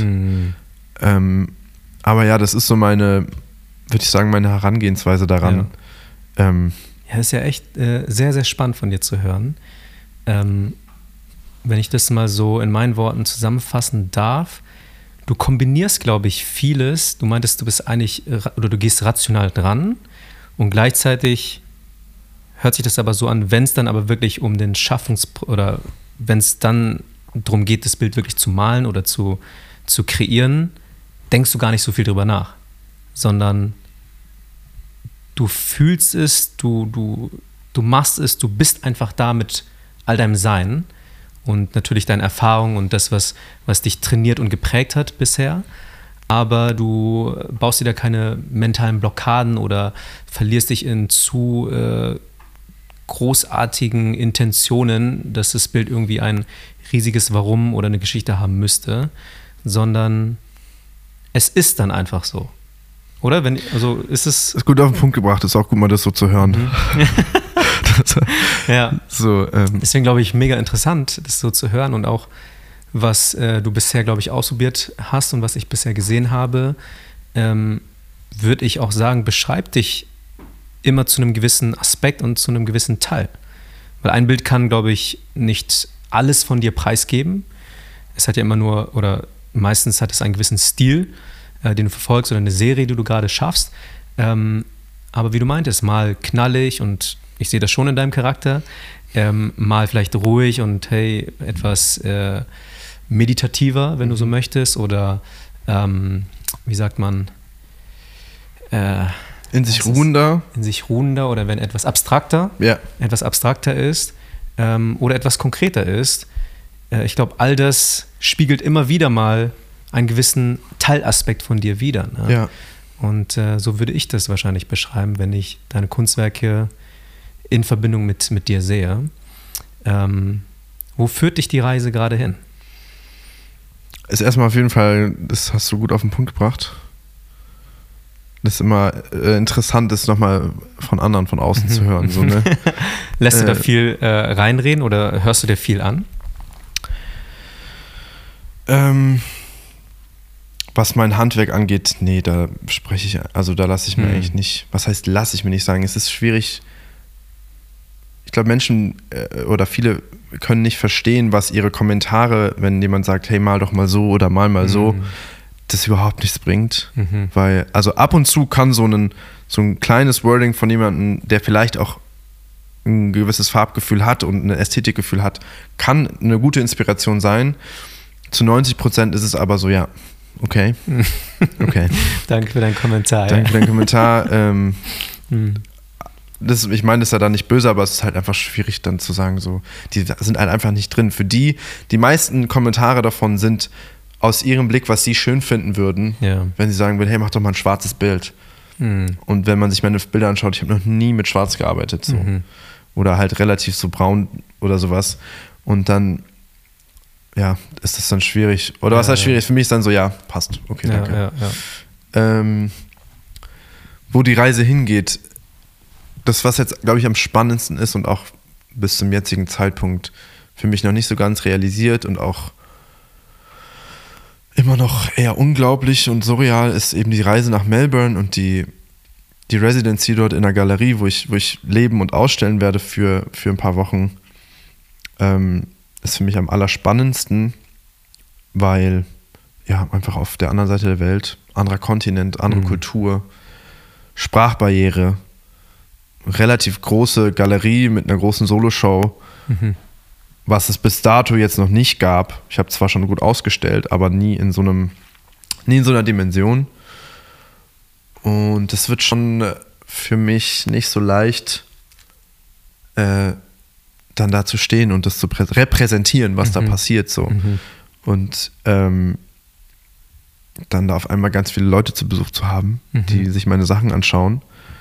Aber ja, das ist so meine Herangehensweise daran. Ja, das ist ja echt sehr, sehr spannend von dir zu hören. Wenn ich das mal so in meinen Worten zusammenfassen darf, du kombinierst, glaube ich, vieles. Du meintest, du gehst rational dran und gleichzeitig hört sich das aber so an, wenn es dann aber wirklich um den oder wenn es dann darum geht, das Bild wirklich zu malen oder zu kreieren, denkst du gar nicht so viel drüber nach, sondern du fühlst es, du machst es, du bist einfach da mit all deinem Sein und natürlich deine Erfahrung und das, was dich trainiert und geprägt hat bisher. Aber du baust dir da keine mentalen Blockaden oder verlierst dich in zu großartigen Intentionen, dass das Bild irgendwie ein riesiges Warum oder eine Geschichte haben müsste, sondern es ist dann einfach so. Oder? Ist es. Ist gut auf den Punkt gebracht, ist auch gut, mal das so zu hören. Ja. So, deswegen glaube ich, mega interessant, das so zu hören und auch, was du bisher, glaube ich, ausprobiert hast und was ich bisher gesehen habe, würde ich auch sagen, beschreibt dich immer zu einem gewissen Aspekt und zu einem gewissen Teil. Weil ein Bild kann, glaube ich, nicht alles von dir preisgeben. Es hat ja immer nur, oder meistens hat es einen gewissen Stil, den du verfolgst oder eine Serie, die du gerade schaffst. Aber wie du meintest, mal knallig und ich sehe das schon in deinem Charakter, mal vielleicht ruhig und hey, etwas meditativer, wenn du so möchtest, oder wie sagt man? In sich ruhender. In sich ruhender oder wenn etwas abstrakter ist oder etwas konkreter ist. Ich glaube, all das spiegelt immer wieder mal einen gewissen Teilaspekt von dir wider. Ne? Ja. Und so würde ich das wahrscheinlich beschreiben, wenn ich deine Kunstwerke in Verbindung mit dir sehe. Wo führt dich die Reise gerade hin? Ist erstmal auf jeden Fall, das hast du gut auf den Punkt gebracht. Das ist immer interessant, das nochmal von anderen von außen zu hören. So, ne? Lässt du da viel reinreden oder hörst du dir viel an? Was mein Handwerk angeht, nee, da spreche ich, also da lasse ich mir eigentlich nicht, was heißt lasse ich mir nicht sagen, es ist schwierig. Ich glaube, Menschen oder viele können nicht verstehen, was ihre Kommentare, wenn jemand sagt, hey, mal doch mal so oder mal so, das überhaupt nichts bringt. Weil, also ab und zu kann so ein kleines Wording von jemandem, der vielleicht auch ein gewisses Farbgefühl hat und ein Ästhetikgefühl hat, kann eine gute Inspiration sein. Zu 90% ist es aber so, ja, okay. Danke für deinen Kommentar. Danke für deinen Kommentar. Ich meine, das ist ja dann nicht böse, aber es ist halt einfach schwierig dann zu sagen, so, die sind halt einfach nicht drin. Für die meisten Kommentare davon sind aus ihrem Blick, was sie schön finden würden, wenn sie sagen würden, hey, mach doch mal ein schwarzes Bild. Und wenn man sich meine Bilder anschaut, ich habe noch nie mit schwarz gearbeitet. So. Oder halt relativ so braun oder sowas. Und dann, ja, ist das dann schwierig. Oder was heißt schwierig? Für mich ist dann so, ja, passt. Okay, danke. Wo die Reise hingeht, das, was jetzt, glaube ich, am spannendsten ist und auch bis zum jetzigen Zeitpunkt für mich noch nicht so ganz realisiert und auch immer noch eher unglaublich und surreal, ist eben die Reise nach Melbourne und die Residency dort in der Galerie, wo ich leben und ausstellen werde für ein paar Wochen, ist für mich am allerspannendsten, weil ja einfach auf der anderen Seite der Welt, anderer Kontinent, andere Kultur, Sprachbarriere, relativ große Galerie mit einer großen Soloshow, was es bis dato jetzt noch nicht gab. Ich habe zwar schon gut ausgestellt, aber nie in so einer Dimension. Und das wird schon für mich nicht so leicht dann da zu stehen und das zu repräsentieren, was da passiert so. Und dann da auf einmal ganz viele Leute zu Besuch zu haben, die sich meine Sachen anschauen.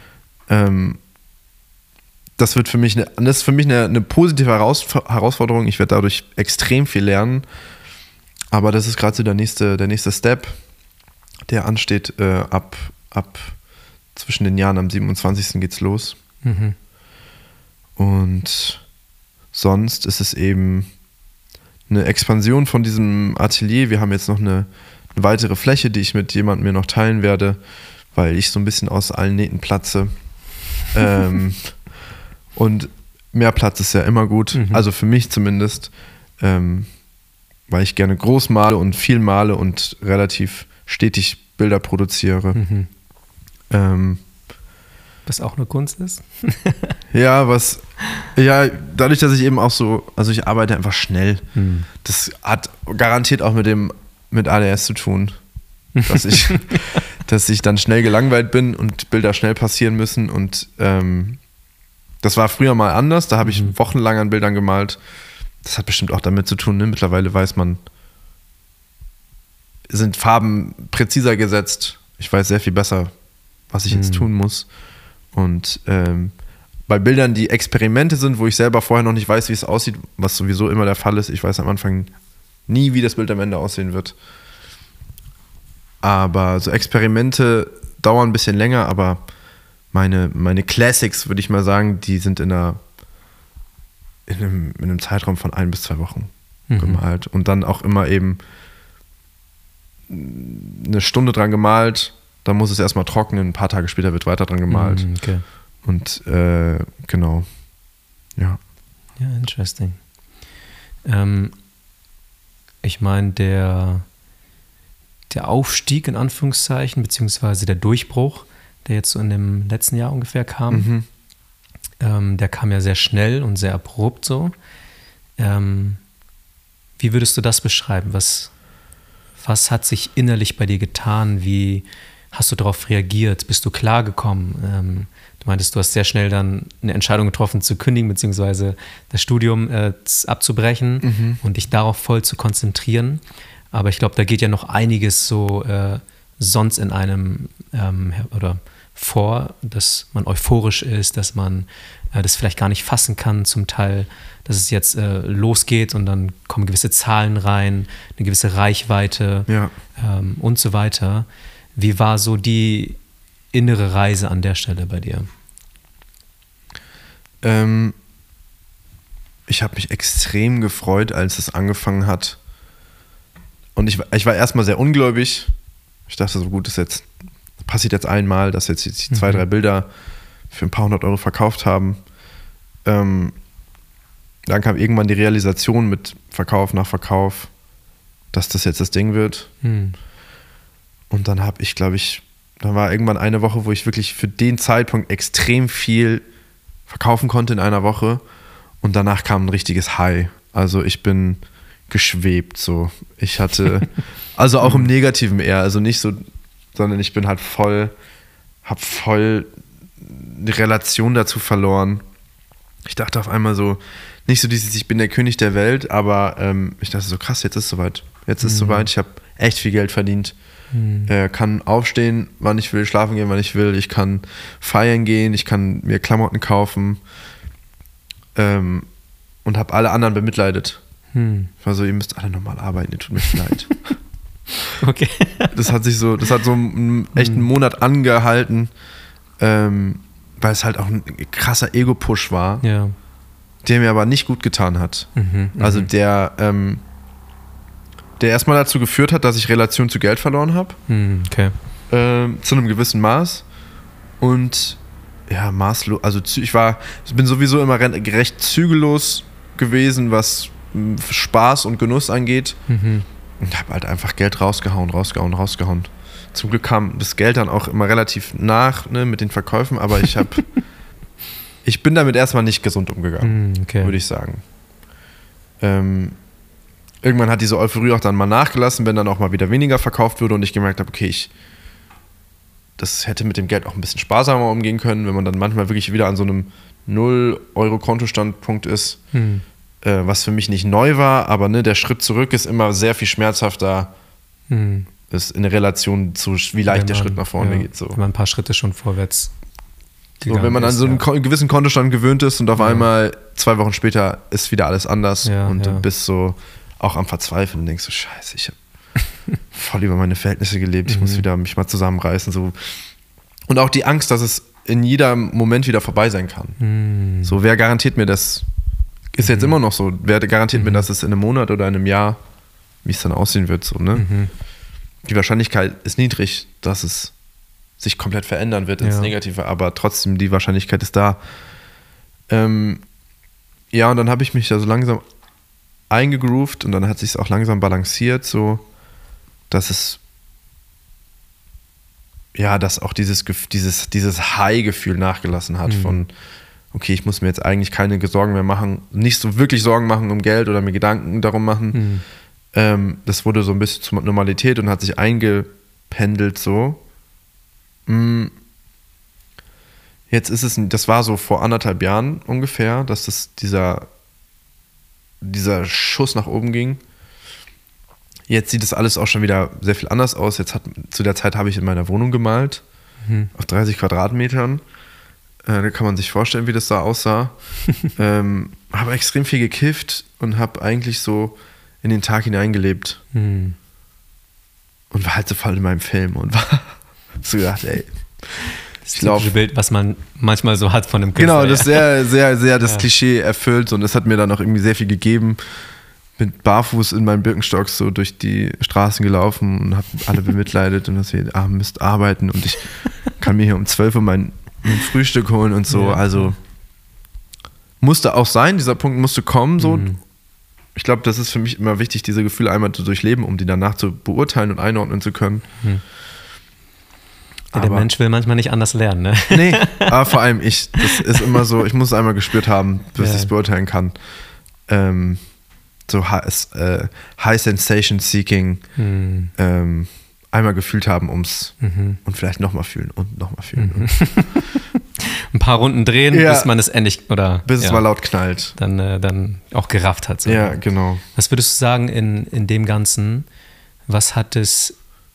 Das ist für mich eine positive Herausforderung. Ich werde dadurch extrem viel lernen. Aber das ist gerade so der nächste Step, der ansteht. Ab zwischen den Jahren, am 27. geht's los. Und sonst ist es eben eine Expansion von diesem Atelier. Wir haben jetzt noch eine weitere Fläche, die ich mit jemandem mir noch teilen werde, weil ich so ein bisschen aus allen Nähten platze. Und mehr Platz ist ja immer gut, also für mich zumindest, weil ich gerne groß male und viel male und relativ stetig Bilder produziere. Was auch eine Kunst ist? Dadurch, dass ich eben auch so, also ich arbeite einfach schnell. Das hat garantiert auch mit ADS zu tun, dass ich dann schnell gelangweilt bin und Bilder schnell passieren müssen und das war früher mal anders, da habe ich wochenlang an Bildern gemalt. Das hat bestimmt auch damit zu tun, ne? Mittlerweile weiß man, sind Farben präziser gesetzt. Ich weiß sehr viel besser, was ich jetzt tun muss. Und bei Bildern, die Experimente sind, wo ich selber vorher noch nicht weiß, wie es aussieht, was sowieso immer der Fall ist, ich weiß am Anfang nie, wie das Bild am Ende aussehen wird. Aber so Experimente dauern ein bisschen länger, aber meine Classics, würde ich mal sagen, die sind in einem Zeitraum von 1 bis 2 Wochen gemalt. Und dann auch immer eben eine Stunde dran gemalt, dann muss es erstmal trocknen, ein paar Tage später wird weiter dran gemalt. Okay. Und genau. Ja. Ja, interesting. Ich meine, der Aufstieg in Anführungszeichen, beziehungsweise der Durchbruch, der jetzt so in dem letzten Jahr ungefähr kam, der kam ja sehr schnell und sehr abrupt so. Wie würdest du das beschreiben? Was hat sich innerlich bei dir getan? Wie hast du darauf reagiert? Bist du klargekommen? Du meintest, du hast sehr schnell dann eine Entscheidung getroffen, zu kündigen, beziehungsweise das Studium abzubrechen und dich darauf voll zu konzentrieren. Aber ich glaube, da geht ja noch einiges so sonst in einem oder vor, dass man euphorisch ist, dass man das vielleicht gar nicht fassen kann zum Teil, dass es jetzt losgeht und dann kommen gewisse Zahlen rein, eine gewisse Reichweite und so weiter. Wie war so die innere Reise an der Stelle bei dir? Ich habe mich extrem gefreut, als es angefangen hat. Und ich war erstmal sehr ungläubig. Ich dachte so, gut, das passiert jetzt einmal, dass jetzt die 2, 3 Bilder für ein paar 100 Euro verkauft haben. Dann kam irgendwann die Realisation mit Verkauf nach Verkauf, dass das jetzt das Ding wird. Und dann habe ich, glaube ich, da war irgendwann eine Woche, wo ich wirklich für den Zeitpunkt extrem viel verkaufen konnte in einer Woche. Und danach kam ein richtiges High. Also ich bin geschwebt so. Ich hatte, also auch im Negativen eher, also nicht so, sondern ich bin halt hab voll die Relation dazu verloren. Ich dachte auf einmal so, nicht so dieses, ich bin der König der Welt, aber ich dachte so, krass, jetzt ist es soweit. Jetzt ist es soweit, ich habe echt viel Geld verdient. Kann aufstehen, wann ich will, schlafen gehen, wann ich will. Ich kann feiern gehen, ich kann mir Klamotten kaufen und habe alle anderen bemitleidet. Ich war so, ihr müsst alle normal arbeiten, ihr tut mir leid. Okay. Das hat so echt einen Monat angehalten, weil es halt auch ein krasser Ego-Push war, der mir aber nicht gut getan hat. Also der erstmal dazu geführt hat, dass ich Relation zu Geld verloren habe. Okay. Zu einem gewissen Maß. Und ja, maßlos, also ich bin sowieso immer recht zügellos gewesen, was Spaß und Genuss angeht. Und habe halt einfach Geld rausgehauen. Zum Glück kam das Geld dann auch immer relativ nach, ne, mit den Verkäufen, aber ich bin damit erstmal nicht gesund umgegangen, würde ich sagen. Irgendwann hat diese Euphorie auch dann mal nachgelassen, wenn dann auch mal wieder weniger verkauft wurde und ich gemerkt habe, okay, das hätte mit dem Geld auch ein bisschen sparsamer umgehen können, wenn man dann manchmal wirklich wieder an so einem 0 Euro Kontostandpunkt ist, was für mich nicht neu war, aber ne, der Schritt zurück ist immer sehr viel schmerzhafter, ist in Relation zu, wie leicht der Schritt nach vorne geht. So. Wenn man ein paar Schritte schon vorwärts so, wenn man an so einen gewissen Kontostand gewöhnt ist und auf einmal 2 Wochen später ist wieder alles anders und du bist so auch am Verzweifeln und denkst so, scheiße, ich habe voll über meine Verhältnisse gelebt, ich muss wieder mich mal zusammenreißen. So. Und auch die Angst, dass es in jedem Moment wieder vorbei sein kann. So, wer garantiert mir das? Ist jetzt immer noch so. Wer garantiert mir, dass es in einem Monat oder in einem Jahr, wie es dann aussehen wird? So, ne? Die Wahrscheinlichkeit ist niedrig, dass es sich komplett verändern wird ins Negative, aber trotzdem die Wahrscheinlichkeit ist da. Ja, und dann habe ich mich da so langsam eingegroovt und dann hat sich es auch langsam balanciert, so, dass es dass auch dieses High-Gefühl nachgelassen hat von, okay, ich muss mir jetzt eigentlich keine Sorgen mehr machen, nicht so wirklich Sorgen machen um Geld oder mir Gedanken darum machen. Das wurde so ein bisschen zur Normalität und hat sich eingependelt so. Jetzt ist es, das war so vor 1,5 Jahren ungefähr, dass das dieser Schuss nach oben ging. Jetzt sieht das alles auch schon wieder sehr viel anders aus. Zu der Zeit habe ich in meiner Wohnung gemalt, auf 30 Quadratmetern. Da kann man sich vorstellen, wie das da aussah. Habe extrem viel gekifft und habe eigentlich so in den Tag hineingelebt. Und war halt so voll in meinem Film und war so gedacht, ey. Das typische Bild, was man manchmal so hat von einem Künstler. Genau, das sehr, sehr, sehr das Klischee erfüllt und das hat mir dann auch irgendwie sehr viel gegeben. Bin barfuß in meinen Birkenstocks so durch die Straßen gelaufen und habe alle bemitleidet und dass wir müsst arbeiten und ich kann mir hier um 12 Uhr mein Frühstück holen und so. Also musste auch sein, dieser Punkt musste kommen. So. Ich glaube, das ist für mich immer wichtig, diese Gefühle einmal zu durchleben, um die danach zu beurteilen und einordnen zu können. Ja, der Mensch will manchmal nicht anders lernen, ne? Nee, aber vor allem ich. Das ist immer so, ich muss es einmal gespürt haben, bis ich es beurteilen kann. So High Sensation Seeking einmal gefühlt haben, und vielleicht nochmal fühlen und nochmal fühlen. Ein paar Runden drehen, bis man es endlich, oder bis es mal laut knallt. Dann auch gerafft hat. So. Ja, genau. Was würdest du sagen in dem Ganzen, was hat es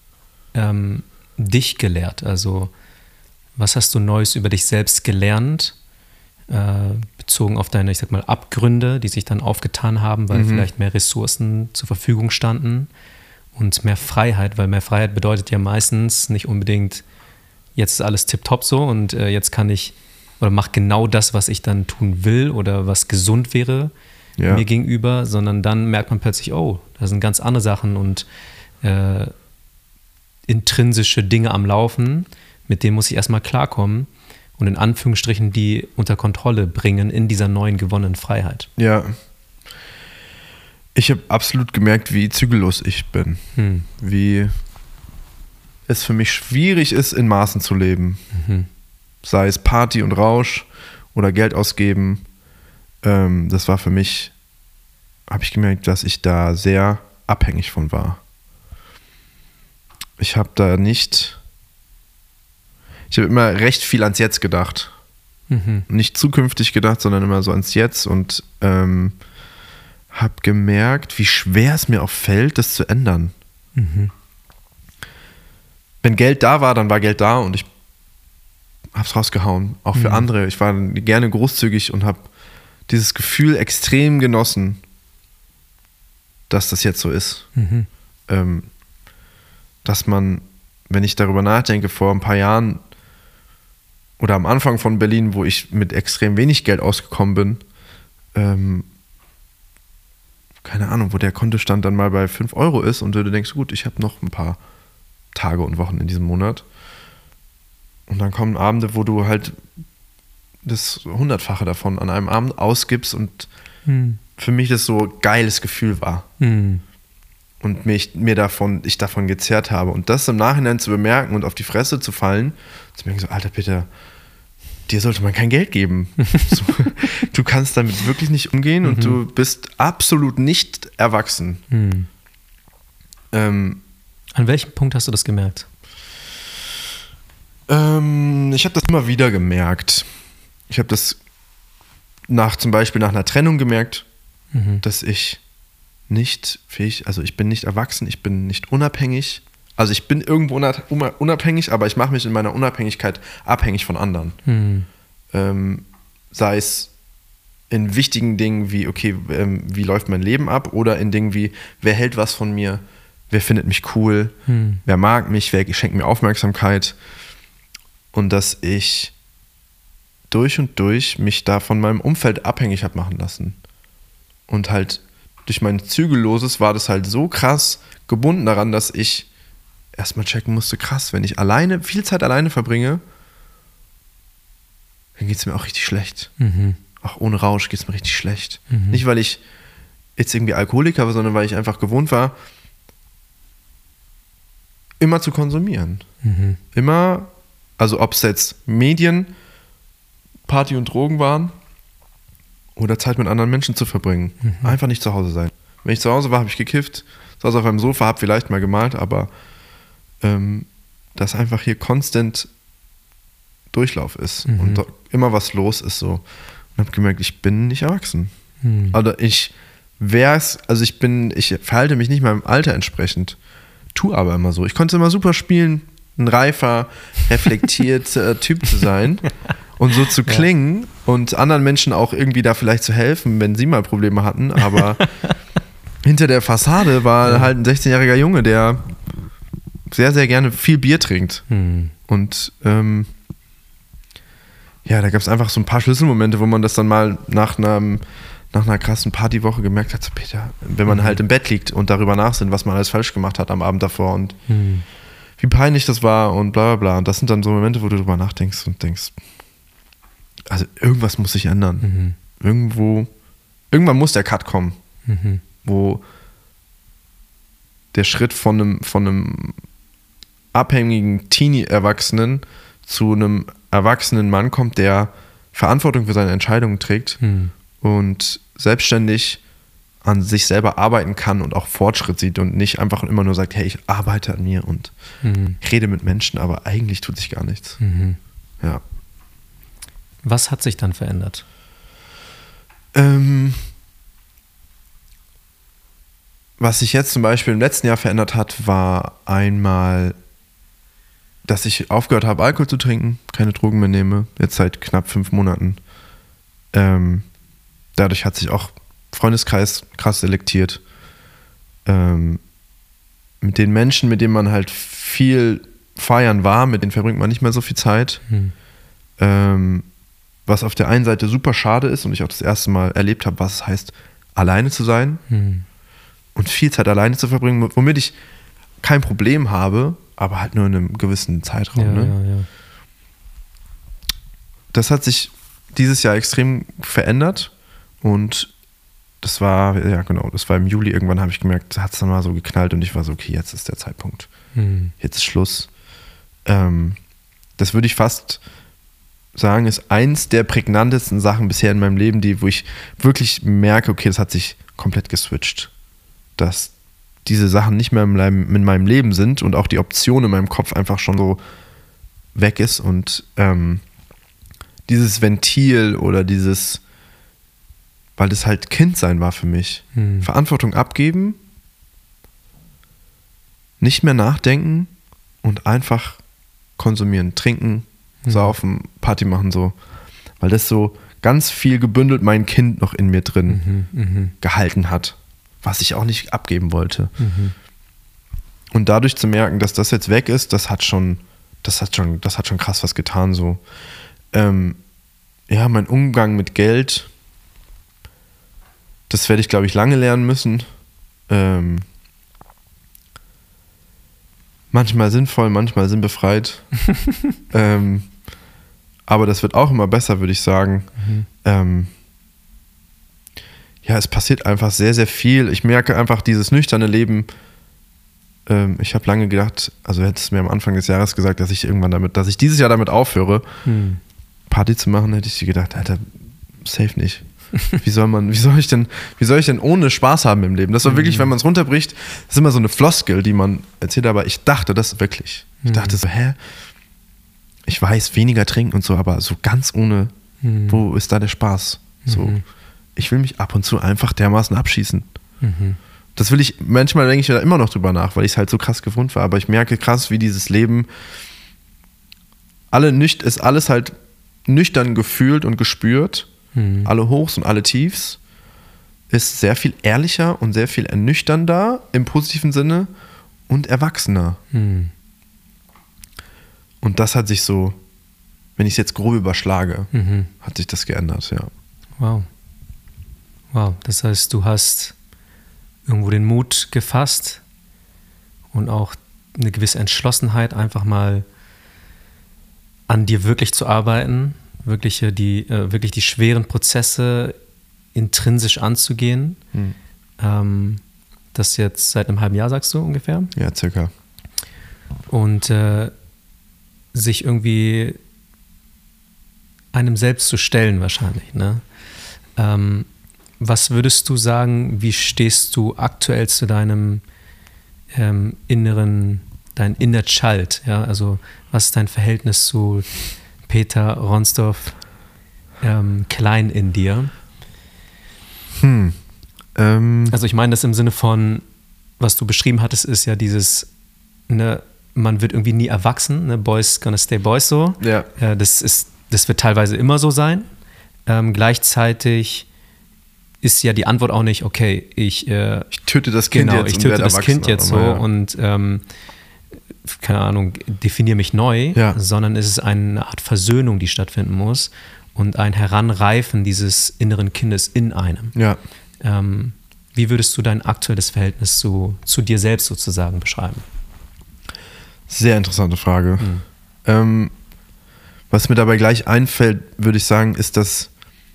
dich gelehrt? Also was hast du Neues über dich selbst gelernt, bezogen auf deine, ich sag mal, Abgründe, die sich dann aufgetan haben, weil vielleicht mehr Ressourcen zur Verfügung standen und mehr Freiheit, weil mehr Freiheit bedeutet ja meistens nicht unbedingt, jetzt ist alles tipptopp so und jetzt kann ich oder mach genau das, was ich dann tun will oder was gesund wäre mir gegenüber, sondern dann merkt man plötzlich, oh, da sind ganz andere Sachen und intrinsische Dinge am Laufen, mit denen muss ich erstmal klarkommen und in Anführungsstrichen die unter Kontrolle bringen in dieser neuen gewonnenen Freiheit. Ja. Ich habe absolut gemerkt, wie zügellos ich bin. Wie es für mich schwierig ist, in Maßen zu leben. Sei es Party und Rausch oder Geld ausgeben. Das war für mich, habe ich gemerkt, dass ich da sehr abhängig von war. Ich habe immer recht viel ans Jetzt gedacht. Nicht zukünftig gedacht, sondern immer so ans Jetzt und habe gemerkt, wie schwer es mir auch fällt, das zu ändern. Wenn Geld da war, dann war Geld da und ich habe es rausgehauen, auch für andere. Ich war gerne großzügig und habe dieses Gefühl extrem genossen, dass das jetzt so ist. Dass man, wenn ich darüber nachdenke, vor ein paar Jahren oder am Anfang von Berlin, wo ich mit extrem wenig Geld ausgekommen bin, keine Ahnung, wo der Kontostand dann mal bei 5 Euro ist und du denkst, gut, ich habe noch ein paar Tage und Wochen in diesem Monat. Und dann kommen Abende, wo du halt das 100-fache davon an einem Abend ausgibst und für mich das so ein geiles Gefühl war. Und ich davon gezerrt habe. Und das im Nachhinein zu bemerken und auf die Fresse zu fallen, zu merken so, Alter Peter, dir sollte man kein Geld geben. So, du kannst damit wirklich nicht umgehen und du bist absolut nicht erwachsen. An welchem Punkt hast du das gemerkt? Ich habe das immer wieder gemerkt. Ich habe das zum Beispiel nach einer Trennung gemerkt, dass ich nicht fähig, also ich bin nicht erwachsen, ich bin nicht unabhängig. Also ich bin irgendwo unabhängig, aber ich mache mich in meiner Unabhängigkeit abhängig von anderen. Sei es in wichtigen Dingen wie, okay, wie läuft mein Leben ab, oder in Dingen wie, wer hält was von mir, wer findet mich cool, wer mag mich, wer schenkt mir Aufmerksamkeit. Und dass ich durch und durch mich da von meinem Umfeld abhängig habe machen lassen. Und halt durch mein Zügelloses war das halt so krass gebunden daran, dass ich erstmal checken musste, krass, wenn ich viel Zeit alleine verbringe, dann geht es mir auch richtig schlecht. Auch ohne Rausch geht es mir richtig schlecht. Nicht, weil ich jetzt irgendwie Alkoholiker war, sondern weil ich einfach gewohnt war, immer zu konsumieren. Immer, also ob es jetzt Medien, Party und Drogen waren oder Zeit mit anderen Menschen zu verbringen. Einfach nicht zu Hause sein. Wenn ich zu Hause war, habe ich gekifft, saß auf einem Sofa, habe vielleicht mal gemalt, aber dass einfach hier konstant Durchlauf ist und immer was los ist so. Und habe gemerkt, ich bin nicht erwachsen. Oder ich verhalte mich nicht meinem Alter entsprechend, tue aber immer so. Ich konnte immer super spielen, ein reifer, reflektierter Typ zu sein und so zu klingen und anderen Menschen auch irgendwie da vielleicht zu helfen, wenn sie mal Probleme hatten, aber hinter der Fassade war halt ein 16-jähriger Junge, der sehr, sehr gerne viel Bier trinkt. Und da gab es einfach so ein paar Schlüsselmomente, wo man das dann mal nach einer krassen Partywoche gemerkt hat, so Peter, wenn man halt im Bett liegt und darüber nachsinnt, was man alles falsch gemacht hat am Abend davor und wie peinlich das war und bla bla bla. Und das sind dann so Momente, wo du drüber nachdenkst und denkst, also irgendwas muss sich ändern. Irgendwann muss der Cut kommen, wo der Schritt von einem abhängigen Teenie-Erwachsenen zu einem erwachsenen Mann kommt, der Verantwortung für seine Entscheidungen trägt und selbstständig an sich selber arbeiten kann und auch Fortschritt sieht und nicht einfach immer nur sagt, hey, ich arbeite an mir und rede mit Menschen, aber eigentlich tut sich gar nichts. Ja. Was hat sich dann verändert? Was sich jetzt zum Beispiel im letzten Jahr verändert hat, war einmal, dass ich aufgehört habe, Alkohol zu trinken, keine Drogen mehr nehme, jetzt seit knapp 5 Monaten. Dadurch hat sich auch Freundeskreis krass selektiert. Mit den Menschen, mit denen man halt viel feiern war, mit denen verbringt man nicht mehr so viel Zeit. Was auf der einen Seite super schade ist und ich auch das erste Mal erlebt habe, was es heißt, alleine zu sein und viel Zeit alleine zu verbringen, womit ich kein Problem habe, aber halt nur in einem gewissen Zeitraum. Ja. Das hat sich dieses Jahr extrem verändert und das war im Juli, irgendwann habe ich gemerkt, hat es dann mal so geknallt und ich war so, okay, jetzt ist der Zeitpunkt. Jetzt ist Schluss. Das würde ich fast sagen, ist eins der prägnantesten Sachen bisher in meinem Leben, wo ich wirklich merke, okay, das hat sich komplett geswitcht. Dass diese Sachen nicht mehr in meinem Leben sind und auch die Option in meinem Kopf einfach schon so weg ist und dieses Ventil oder weil das halt Kindsein war für mich, Verantwortung abgeben, nicht mehr nachdenken und einfach konsumieren, trinken, saufen, Party machen so, weil das so ganz viel gebündelt mein Kind noch in mir drin gehalten hat, was ich auch nicht abgeben wollte. Und dadurch zu merken, dass das jetzt weg ist, das hat schon krass was getan so. Mein Umgang mit Geld, das werde ich, glaube ich, lange lernen müssen. Manchmal sinnvoll, manchmal sinnbefreit. Aber das wird auch immer besser, würde ich sagen. Es passiert einfach sehr, sehr viel. Ich merke einfach dieses nüchterne Leben. Ich habe lange gedacht, also hättest du mir am Anfang des Jahres gesagt, dass ich dieses Jahr damit aufhöre, Party zu machen, hätte ich dir gedacht, Alter, safe nicht. Wie soll ich denn ohne Spaß haben im Leben? Das war wirklich, wenn man es runterbricht, das ist immer so eine Floskel, die man erzählt, aber ich dachte das wirklich. Ich dachte so, ich weiß, weniger trinken und so, aber so ganz ohne, wo ist da der Spaß? So, ich will mich ab und zu einfach dermaßen abschießen. Mhm. Das will ich, manchmal denke ich da immer noch drüber nach, weil ich es halt so krass gewohnt war. Aber ich merke krass, wie dieses Leben ist alles halt nüchtern gefühlt und gespürt. Alle Hochs und alle Tiefs. Ist sehr viel ehrlicher und sehr viel ernüchternder im positiven Sinne und erwachsener. Und das hat sich so, wenn ich es jetzt grob überschlage, hat sich das geändert, ja. Wow. Wow, das heißt, du hast irgendwo den Mut gefasst und auch eine gewisse Entschlossenheit, einfach mal an dir wirklich zu arbeiten, wirklich die schweren Prozesse intrinsisch anzugehen. Das jetzt seit einem halben Jahr, sagst du ungefähr? Ja, circa. Und sich irgendwie einem selbst zu stellen wahrscheinlich, ne? Was würdest du sagen, wie stehst du aktuell zu deinem dein Inner Child? Ja? Also was ist dein Verhältnis zu Peter Ronsdorf klein in dir? Also ich meine das im Sinne von, was du beschrieben hattest, ist ja dieses, ne, man wird irgendwie nie erwachsen, ne? Boys gonna stay boys so. Ja. Das wird teilweise immer so sein. Gleichzeitig ist ja die Antwort auch nicht, okay, ich töte das Kind jetzt. Ich töte das Kind jetzt so und keine Ahnung, definiere mich neu, sondern es ist eine Art Versöhnung, die stattfinden muss und ein Heranreifen dieses inneren Kindes in einem. Ja. Wie würdest du dein aktuelles Verhältnis zu dir selbst sozusagen beschreiben? Sehr interessante Frage. Was mir dabei gleich einfällt, würde ich sagen, ist, dass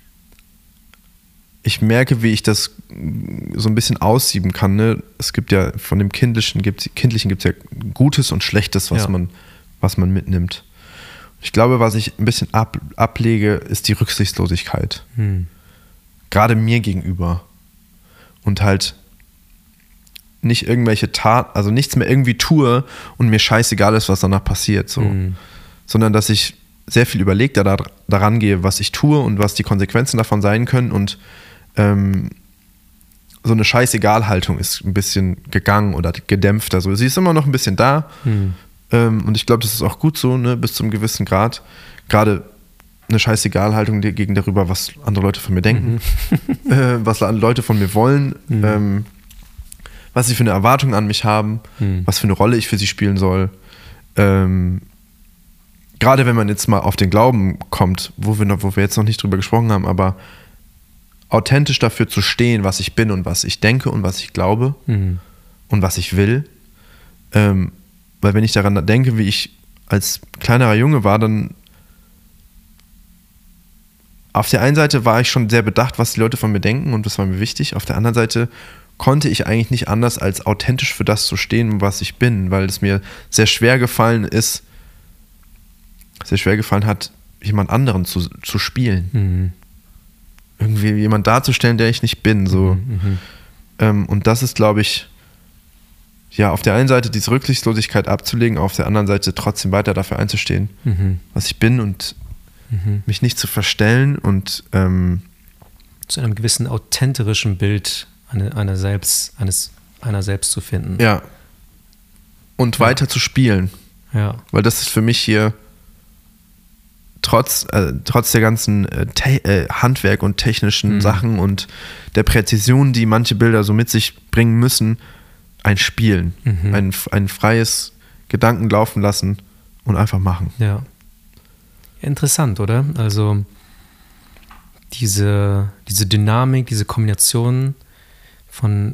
ich merke, wie ich das so ein bisschen aussieben kann. Ne? Es gibt ja von dem Kindlichen gibt es ja Gutes und Schlechtes, was man mitnimmt. Ich glaube, was ich ein bisschen ablege, ist die Rücksichtslosigkeit. Gerade mir gegenüber. Und halt nicht irgendwelche Taten, also nichts mehr irgendwie tue und mir scheißegal ist, was danach passiert. So. Sondern dass ich sehr viel überlegter daran gehe, was ich tue und was die Konsequenzen davon sein können. Und so eine Scheißegal-Haltung ist ein bisschen gegangen oder gedämpft. Also sie ist immer noch ein bisschen da. Und ich glaube, das ist auch gut so, ne, bis zu einem gewissen Grad. Gerade eine Scheißegal-Haltung gegen darüber, was andere Leute von mir denken, was Leute von mir wollen, was sie für eine Erwartung an mich haben, was für eine Rolle ich für sie spielen soll. Gerade wenn man jetzt mal auf den Glauben kommt, wo wir jetzt noch nicht drüber gesprochen haben, aber authentisch dafür zu stehen, was ich bin und was ich denke und was ich glaube und was ich will. Weil wenn ich daran denke, wie ich als kleinerer Junge war, dann auf der einen Seite war ich schon sehr bedacht, was die Leute von mir denken und das war mir wichtig. Auf der anderen Seite konnte ich eigentlich nicht anders, als authentisch für das zu stehen, was ich bin, weil es mir sehr schwer gefallen hat, jemand anderen zu spielen. Irgendwie jemand darzustellen, der ich nicht bin. So. Und das ist, glaube ich, ja, auf der einen Seite diese Rücksichtslosigkeit abzulegen, auf der anderen Seite trotzdem weiter dafür einzustehen, was ich bin und mich nicht zu verstellen und zu einem gewissen authentischen Bild einer selbst zu finden. Ja. Und weiter zu spielen. Ja. Weil das ist für mich hier trotz der ganzen Handwerk und technischen Sachen und der Präzision, die manche Bilder so mit sich bringen müssen, ein Spielen. Ein freies Gedanken laufen lassen und einfach machen. Ja. Interessant, oder? Also diese Dynamik, diese Kombination von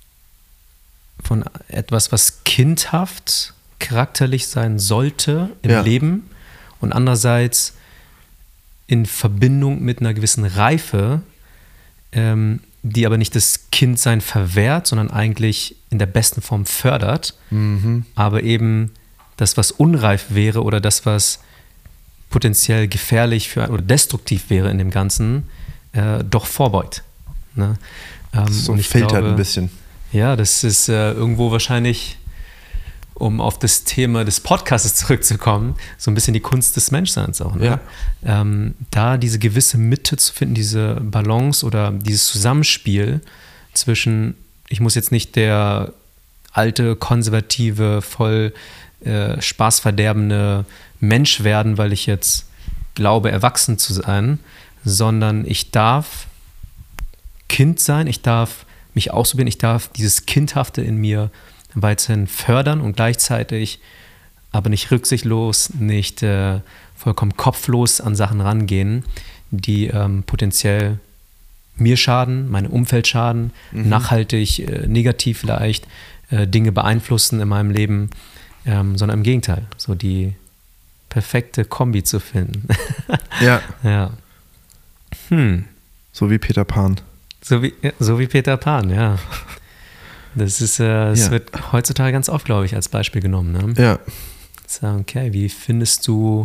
etwas, was kindhaft, charakterlich sein sollte im Leben und andererseits in Verbindung mit einer gewissen Reife, die aber nicht das Kindsein verwehrt, sondern eigentlich in der besten Form fördert, aber eben das, was unreif wäre oder das, was potenziell gefährlich oder destruktiv wäre in dem Ganzen, doch vorbeugt. Ne? Das ist so ein Filter ein bisschen. Ja, das ist irgendwo wahrscheinlich um auf das Thema des Podcasts zurückzukommen, so ein bisschen die Kunst des Menschseins auch. Ne? Ja. Da diese gewisse Mitte zu finden, diese Balance oder dieses Zusammenspiel zwischen, ich muss jetzt nicht der alte, konservative, voll spaßverderbende Mensch werden, weil ich jetzt glaube, erwachsen zu sein, sondern ich darf Kind sein, ich darf mich ausprobieren, ich darf dieses Kindhafte in mir weiterhin fördern und gleichzeitig aber nicht rücksichtslos, nicht vollkommen kopflos an Sachen rangehen, die potenziell mir schaden, meinem Umfeld schaden, nachhaltig, negativ vielleicht Dinge beeinflussen in meinem Leben, sondern im Gegenteil, so die perfekte Kombi zu finden. Ja. Ja. So wie Peter Pan. So wie Peter Pan, ja. Das ist, wird heutzutage ganz oft, glaube ich, als Beispiel genommen. Ne? Ja. So, okay, wie findest du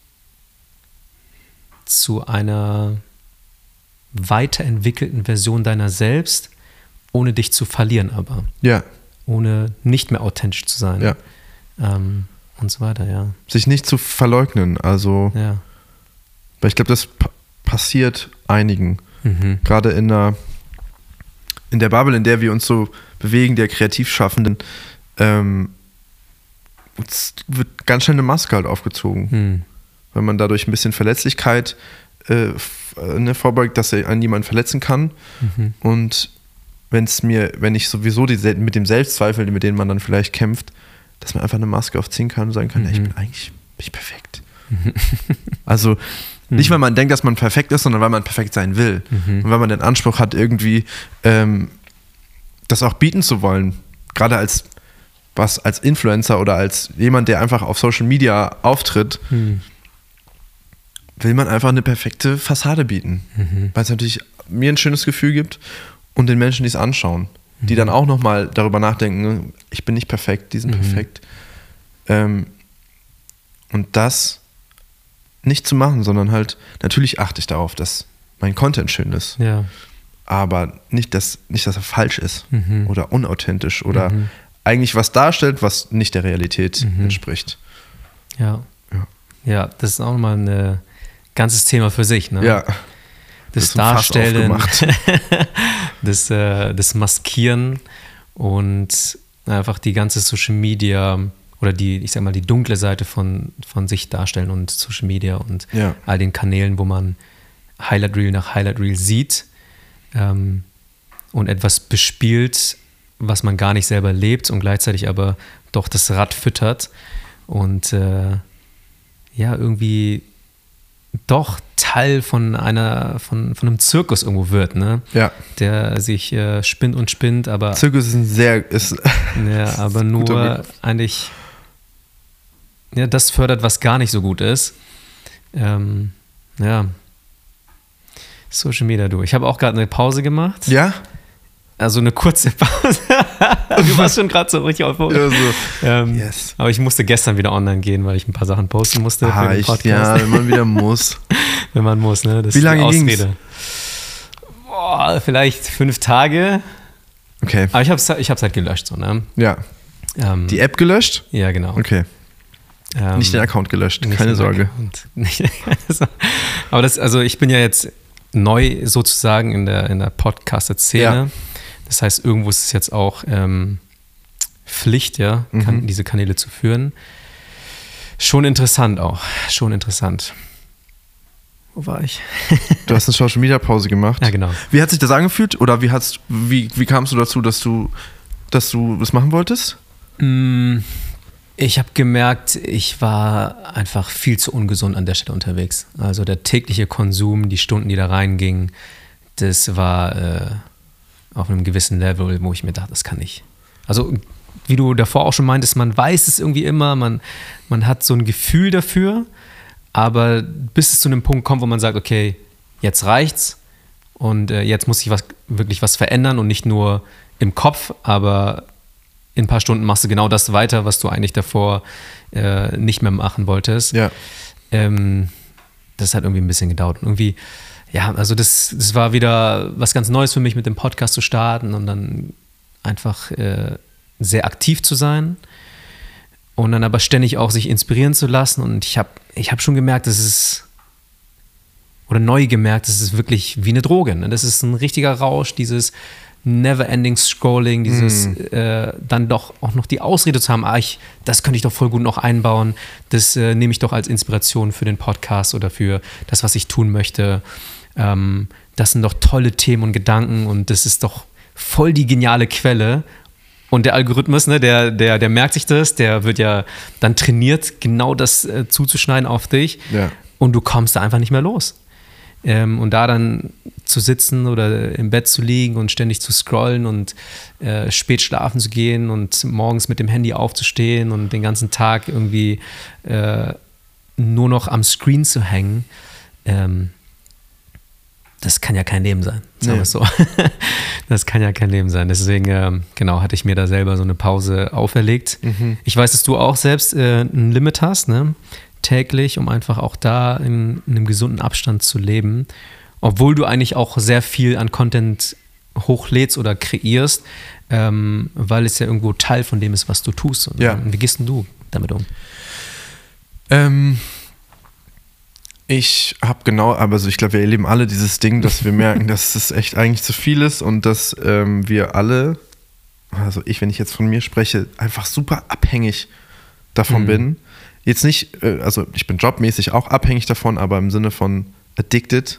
zu einer weiterentwickelten Version deiner selbst, ohne dich zu verlieren aber? Ja. Ohne nicht mehr authentisch zu sein. Ja. Und so weiter, ja. Sich nicht zu verleugnen, also, Ja. weil ich glaube, das passiert einigen. Gerade in der Bubble, in der wir uns so bewegen, der Kreativschaffenden, es wird ganz schnell eine Maske halt aufgezogen. Weil man dadurch ein bisschen Verletzlichkeit vorbeugt, dass er einen jemanden verletzen kann. Und wenn ich sowieso mit dem Selbstzweifel, mit dem man dann vielleicht kämpft, dass man einfach eine Maske aufziehen kann und sagen kann, ja, ich bin eigentlich perfekt. Also nicht, weil man denkt, dass man perfekt ist, sondern weil man perfekt sein will. Und weil man den Anspruch hat, irgendwie das auch bieten zu wollen. Gerade als Influencer oder als jemand, der einfach auf Social Media auftritt, will man einfach eine perfekte Fassade bieten. Weil es natürlich mir ein schönes Gefühl gibt und den Menschen, die es anschauen, die dann auch nochmal darüber nachdenken, ich bin nicht perfekt, die sind perfekt. Und das nicht zu machen, sondern halt, natürlich achte ich darauf, dass mein Content schön ist. Ja. Aber nicht, dass er falsch ist oder unauthentisch oder eigentlich was darstellt, was nicht der Realität entspricht. Ja. Ja, das ist auch nochmal ein ganzes Thema für sich. Ne? Ja. Das Darstellen, das Maskieren und einfach die ganze Social Media oder die dunkle Seite von sich darstellen und Social Media und all den Kanälen, wo man Highlight Reel nach Highlight Reel sieht und etwas bespielt, was man gar nicht selber lebt und gleichzeitig aber doch das Rad füttert und irgendwie doch Teil von einem Zirkus irgendwo wird, ne? Ja. Der sich spinnt und spinnt, aber Zirkus ist aber nur eigentlich das fördert, was gar nicht so gut ist. Social Media, du. Ich habe auch gerade eine Pause gemacht. Ja? Also eine kurze Pause. Du warst schon gerade so richtig auf. Ja, so. Yes. Aber ich musste gestern wieder online gehen, weil ich ein paar Sachen posten musste für den Podcast. Ja, wenn man wieder muss. Wenn man muss, ne? Das Wie lange ist ging's? Vielleicht 5 Tage. Okay. Aber ich hab's halt gelöscht, so, ne? Ja. Die App gelöscht? Ja, genau. Okay. Nicht den Account gelöscht, keine Sorge. Aber ich bin ja jetzt neu sozusagen in der Podcast-Szene. Ja. Das heißt, irgendwo ist es jetzt auch Pflicht, diese Kanäle zu führen. Schon interessant auch. Schon interessant. Wo war ich? Du hast eine Social-Media-Pause gemacht. Ja, genau. Wie hat sich das angefühlt? Oder wie kamst du dazu, dass du das machen wolltest? Ich habe gemerkt, ich war einfach viel zu ungesund an der Stelle unterwegs. Also der tägliche Konsum, die Stunden, die da reingingen, das war auf einem gewissen Level, wo ich mir dachte, das kann ich. Also wie du davor auch schon meintest, man weiß es irgendwie immer, man hat so ein Gefühl dafür, aber bis es zu einem Punkt kommt, wo man sagt, okay, jetzt reicht's und jetzt muss ich wirklich was verändern und nicht nur im Kopf, aber in ein paar Stunden machst du genau das weiter, was du eigentlich davor nicht mehr machen wolltest. Ja. Das hat irgendwie ein bisschen gedauert. Und irgendwie, also das war wieder was ganz Neues für mich, mit dem Podcast zu starten und dann einfach sehr aktiv zu sein. und dann aber ständig auch sich inspirieren zu lassen. Und ich hab schon gemerkt, neu gemerkt, das ist wirklich wie eine Droge. Ne? Das ist ein richtiger Rausch, dieses Never-Ending Scrolling, dieses dann doch auch noch die Ausrede zu haben, das könnte ich doch voll gut noch einbauen, das nehme ich doch als Inspiration für den Podcast oder für das, was ich tun möchte. Das sind doch tolle Themen und Gedanken und das ist doch voll die geniale Quelle. Und der Algorithmus, ne, der merkt sich das, der wird ja dann trainiert, genau das zuzuschneiden auf dich. Ja. Und du kommst da einfach nicht mehr los. Und da dann zu sitzen oder im Bett zu liegen und ständig zu scrollen und spät schlafen zu gehen und morgens mit dem Handy aufzustehen und den ganzen Tag irgendwie nur noch am Screen zu hängen, das kann ja kein Leben sein, sagen wir es so. Das kann ja kein Leben sein. Deswegen, hatte ich mir da selber so eine Pause auferlegt. Ich weiß, dass du auch selbst ein Limit hast, ne? Täglich, um einfach auch da in einem gesunden Abstand zu leben. Obwohl du eigentlich auch sehr viel an Content hochlädst oder kreierst, weil es ja irgendwo Teil von dem ist, was du tust. Und wie gehst denn du damit um? Ich habe also ich glaube, wir erleben alle dieses Ding, dass wir merken, dass es echt eigentlich zu viel ist und dass wir alle, also wenn ich jetzt von mir spreche, einfach super abhängig davon bin. Jetzt nicht, also ich bin jobmäßig auch abhängig davon, aber im Sinne von addicted.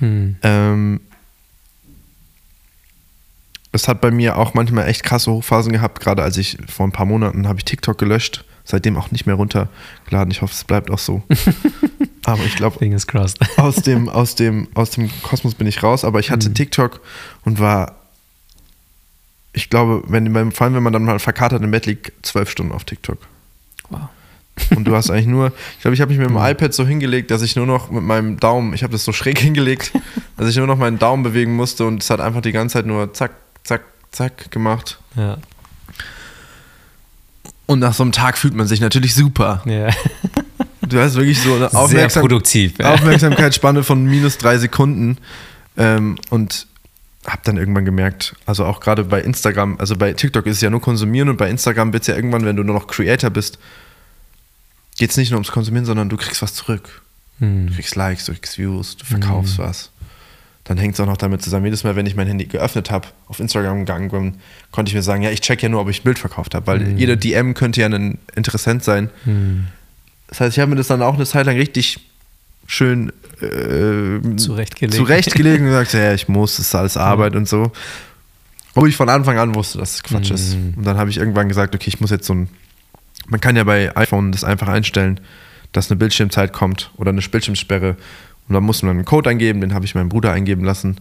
Es hat bei mir auch manchmal echt krasse Hochphasen gehabt, gerade als ich vor ein paar Monaten habe ich TikTok gelöscht, seitdem auch nicht mehr runtergeladen. Ich hoffe, es bleibt auch so. Aber ich glaube, aus dem Kosmos bin ich raus, aber ich hatte TikTok und war, ich glaube, vor allem wenn man dann mal verkatert im Bett liegt, 12 Stunden auf TikTok. Wow. Und du hast eigentlich nur, ich glaube, ich habe mich mit dem iPad so hingelegt, dass ich nur noch mit meinem Daumen, ich habe das so schräg hingelegt, dass ich nur noch meinen Daumen bewegen musste und es hat einfach die ganze Zeit nur zack, zack, zack gemacht. Ja. Und nach so einem Tag fühlt man sich natürlich super. Ja. Du hast wirklich so eine sehr produktiv, Aufmerksamkeitsspanne von -3 Sekunden und habe dann irgendwann gemerkt, also auch gerade bei Instagram, also bei TikTok ist es ja nur konsumieren und bei Instagram wird es ja irgendwann, wenn du nur noch Creator bist, geht es nicht nur ums Konsumieren, sondern du kriegst was zurück. Du kriegst Likes, du kriegst Views, du verkaufst was. Dann hängt es auch noch damit zusammen, jedes Mal, wenn ich mein Handy geöffnet habe, auf Instagram gegangen bin, konnte ich mir sagen, ja, ich check ja nur, ob ich ein Bild verkauft habe, weil jede DM könnte ja ein Interessent sein. Das heißt, ich habe mir das dann auch eine Zeit lang richtig schön zurechtgelegt und gesagt, ja, ich muss, das ist alles Arbeit und so. Wo ich von Anfang an wusste, dass es Quatsch ist. Und dann habe ich irgendwann gesagt, okay, ich muss jetzt man kann ja bei iPhone das einfach einstellen, dass eine Bildschirmzeit kommt oder eine Bildschirmsperre. Und dann muss man einen Code eingeben, den habe ich meinem Bruder eingeben lassen.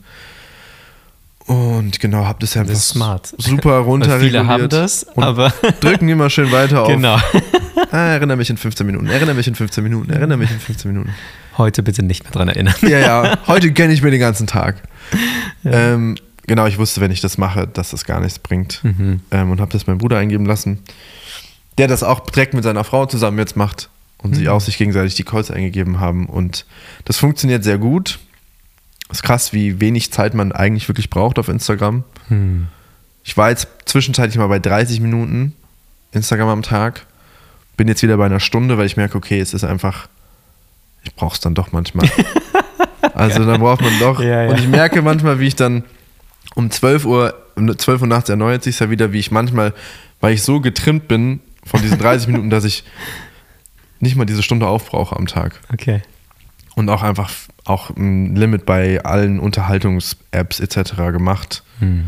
Und genau, habe das ja einfach super runterreguliert. Viele haben das, aber drücken immer schön weiter auf. Genau. Erinnere mich in 15 Minuten, erinnere mich in 15 Minuten, erinnere mich in 15 Minuten. Heute bitte nicht mehr dran erinnern. Ja, heute kenne ich mir den ganzen Tag. Ja. Genau, ich wusste, wenn ich das mache, dass das gar nichts bringt. Und habe das meinem Bruder eingeben lassen, der das auch direkt mit seiner Frau zusammen jetzt macht und sie auch sich gegenseitig die Calls eingegeben haben. Und das funktioniert sehr gut. Es ist krass, wie wenig Zeit man eigentlich wirklich braucht auf Instagram. Ich war jetzt zwischenzeitlich mal bei 30 Minuten Instagram am Tag. Bin jetzt wieder bei einer Stunde, weil ich merke, okay, es ist einfach, ich brauche es dann doch manchmal. Also dann braucht man doch. Ja. Und ich merke manchmal, wie ich dann um 12 Uhr nachts erneuert sich ja wieder, wie ich manchmal, weil ich so getrimmt bin von diesen 30 Minuten, dass ich nicht mal diese Stunde aufbrauche am Tag. Okay. Und auch einfach ein Limit bei allen Unterhaltungs-Apps etc. gemacht.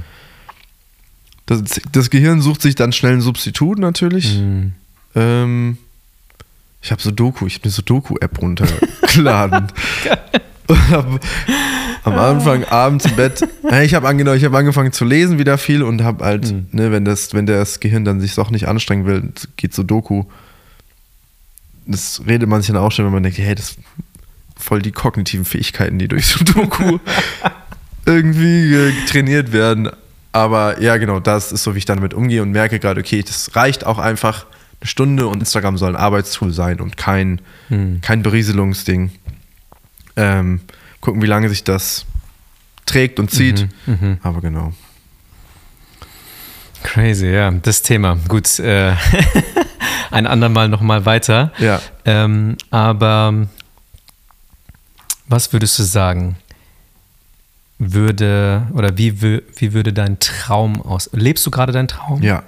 Das Gehirn sucht sich dann schnell ein Substitut natürlich. Ich habe eine Doku-App runtergeladen. Und habe am Anfang abends im Bett, ich habe angefangen zu lesen wieder viel und habe halt, wenn das Gehirn dann sich doch nicht anstrengen will, geht so Doku. Das redet man sich dann auch schon, wenn man denkt, hey, das voll die kognitiven Fähigkeiten, die durch so Doku irgendwie trainiert werden. Aber ja, genau, das ist so, wie ich damit umgehe und merke gerade, okay, das reicht auch einfach eine Stunde und Instagram soll ein Arbeitstool sein und kein Berieselungsding. Gucken, wie lange sich das trägt und zieht. Aber genau. Crazy, ja, das Thema. Gut, ein andermal nochmal weiter. Ja. Aber was würdest du sagen? Wie würde dein Traum aus? Lebst du gerade deinen Traum? Ja.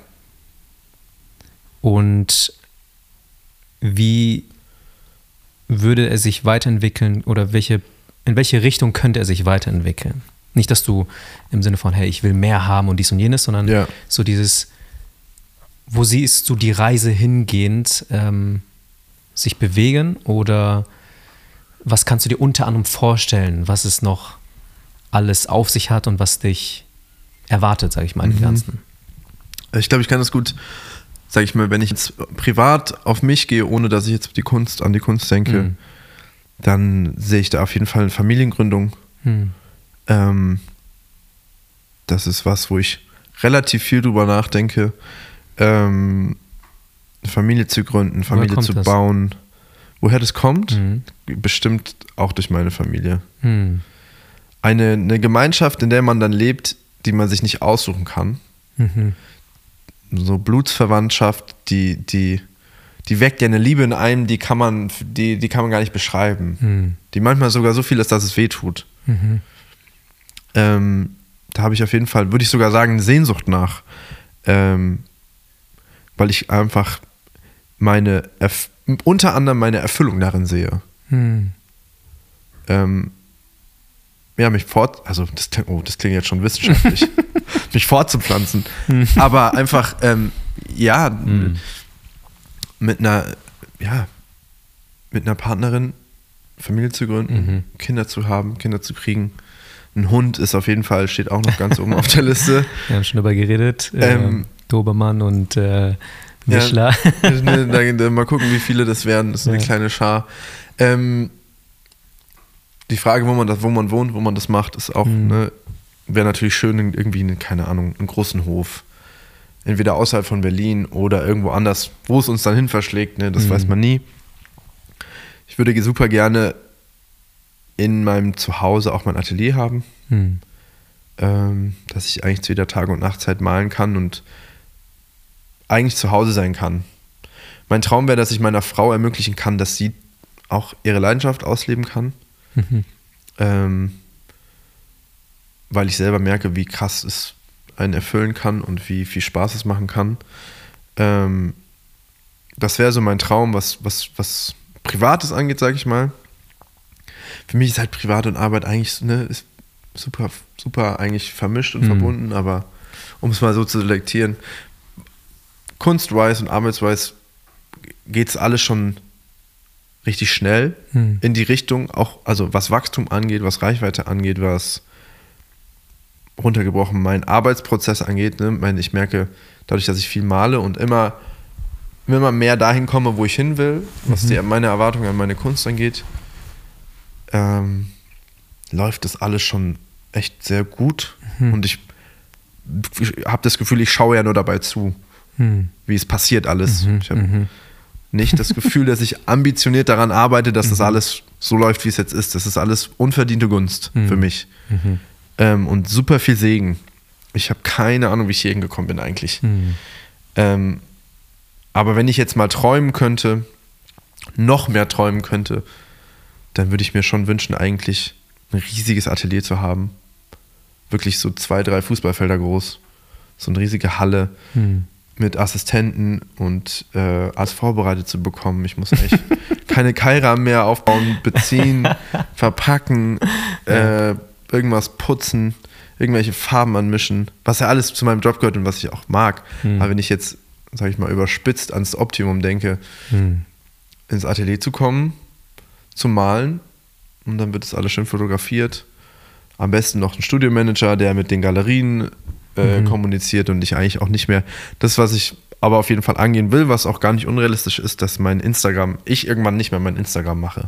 Und wie würde er sich weiterentwickeln oder in welche Richtung könnte er sich weiterentwickeln? Nicht, dass du im Sinne von, hey, ich will mehr haben und dies und jenes, sondern so dieses, wo siehst du die Reise hingehend sich bewegen oder was kannst du dir unter anderem vorstellen, was es noch alles auf sich hat und was dich erwartet, sage ich mal, im Ganzen? Ich glaube, ich kann das gut, sage ich mal, wenn ich jetzt privat auf mich gehe, ohne dass ich jetzt an die Kunst denke, dann sehe ich da auf jeden Fall eine Familiengründung. Das ist was, wo ich relativ viel drüber nachdenke, eine Familie zu gründen, Familie zu bauen. Woher das kommt? Bestimmt auch durch meine Familie. Eine Gemeinschaft, in der man dann lebt, die man sich nicht aussuchen kann. So Blutsverwandtschaft, die weckt ja eine Liebe in einem, die kann man gar nicht beschreiben. Die manchmal sogar so viel ist, dass es weh tut. Da habe ich auf jeden Fall, würde ich sogar sagen, eine Sehnsucht nach. Weil ich einfach unter anderem meine Erfüllung darin sehe. Das klingt jetzt schon wissenschaftlich, mich fortzupflanzen. Aber einfach, mit einer Partnerin Familie zu gründen, Kinder zu haben, Kinder zu kriegen. Ein Hund ist auf jeden Fall, steht auch noch ganz oben auf der Liste. Wir haben schon darüber geredet. Dobermann und Mischler. Mal gucken, wie viele das werden. Das ist eine kleine Schar. Die Frage, wo man wohnt, wo man das macht, ist auch, wäre natürlich schön, irgendwie, keine Ahnung, einen großen Hof. Entweder außerhalb von Berlin oder irgendwo anders, wo es uns dann hin verschlägt, das weiß man nie. Ich würde super gerne in meinem Zuhause auch mein Atelier haben, dass ich eigentlich zu jeder Tag- und Nachtzeit malen kann und eigentlich zu Hause sein kann. Mein Traum wäre, dass ich meiner Frau ermöglichen kann, dass sie auch ihre Leidenschaft ausleben kann. Weil ich selber merke, wie krass es einen erfüllen kann und wie viel Spaß es machen kann. Das wäre so mein Traum, was Privates angeht, sage ich mal. Für mich ist halt Privat und Arbeit eigentlich ist super, super eigentlich vermischt und verbunden, aber um es mal so zu selektieren, kunstwise und arbeitsweise geht es alles schon richtig schnell in die Richtung, auch also was Wachstum angeht, was Reichweite angeht, was runtergebrochen meinen Arbeitsprozess angeht. Ich merke, dadurch, dass ich viel male und immer mehr dahin komme, wo ich hin will, was meine Erwartungen an meine Kunst angeht, läuft das alles schon echt sehr gut. Und ich habe das Gefühl, ich schaue ja nur dabei zu, wie es passiert alles. Ich habe nicht das Gefühl, dass ich ambitioniert daran arbeite, dass das alles so läuft, wie es jetzt ist. Das ist alles unverdiente Gunst für mich. Und super viel Segen. Ich habe keine Ahnung, wie ich hier hingekommen bin eigentlich. Aber wenn ich jetzt mal träumen könnte, noch mehr träumen könnte, dann würde ich mir schon wünschen, eigentlich ein riesiges Atelier zu haben. Wirklich so 2, 3 Fußballfelder groß. So eine riesige Halle mit Assistenten und alles vorbereitet zu bekommen. Ich muss echt keine Keilrahmen mehr aufbauen, beziehen, verpacken, irgendwas putzen, irgendwelche Farben anmischen, was ja alles zu meinem Job gehört und was ich auch mag. Aber wenn ich jetzt, sage ich mal, überspitzt ans Optimum denke, ins Atelier zu kommen, zu malen und dann wird das alles schön fotografiert. Am besten noch ein Studiomanager, der mit den Galerien kommuniziert und ich eigentlich auch nicht mehr das, was ich aber auf jeden Fall angehen will, was auch gar nicht unrealistisch ist, dass ich irgendwann nicht mehr mein Instagram mache.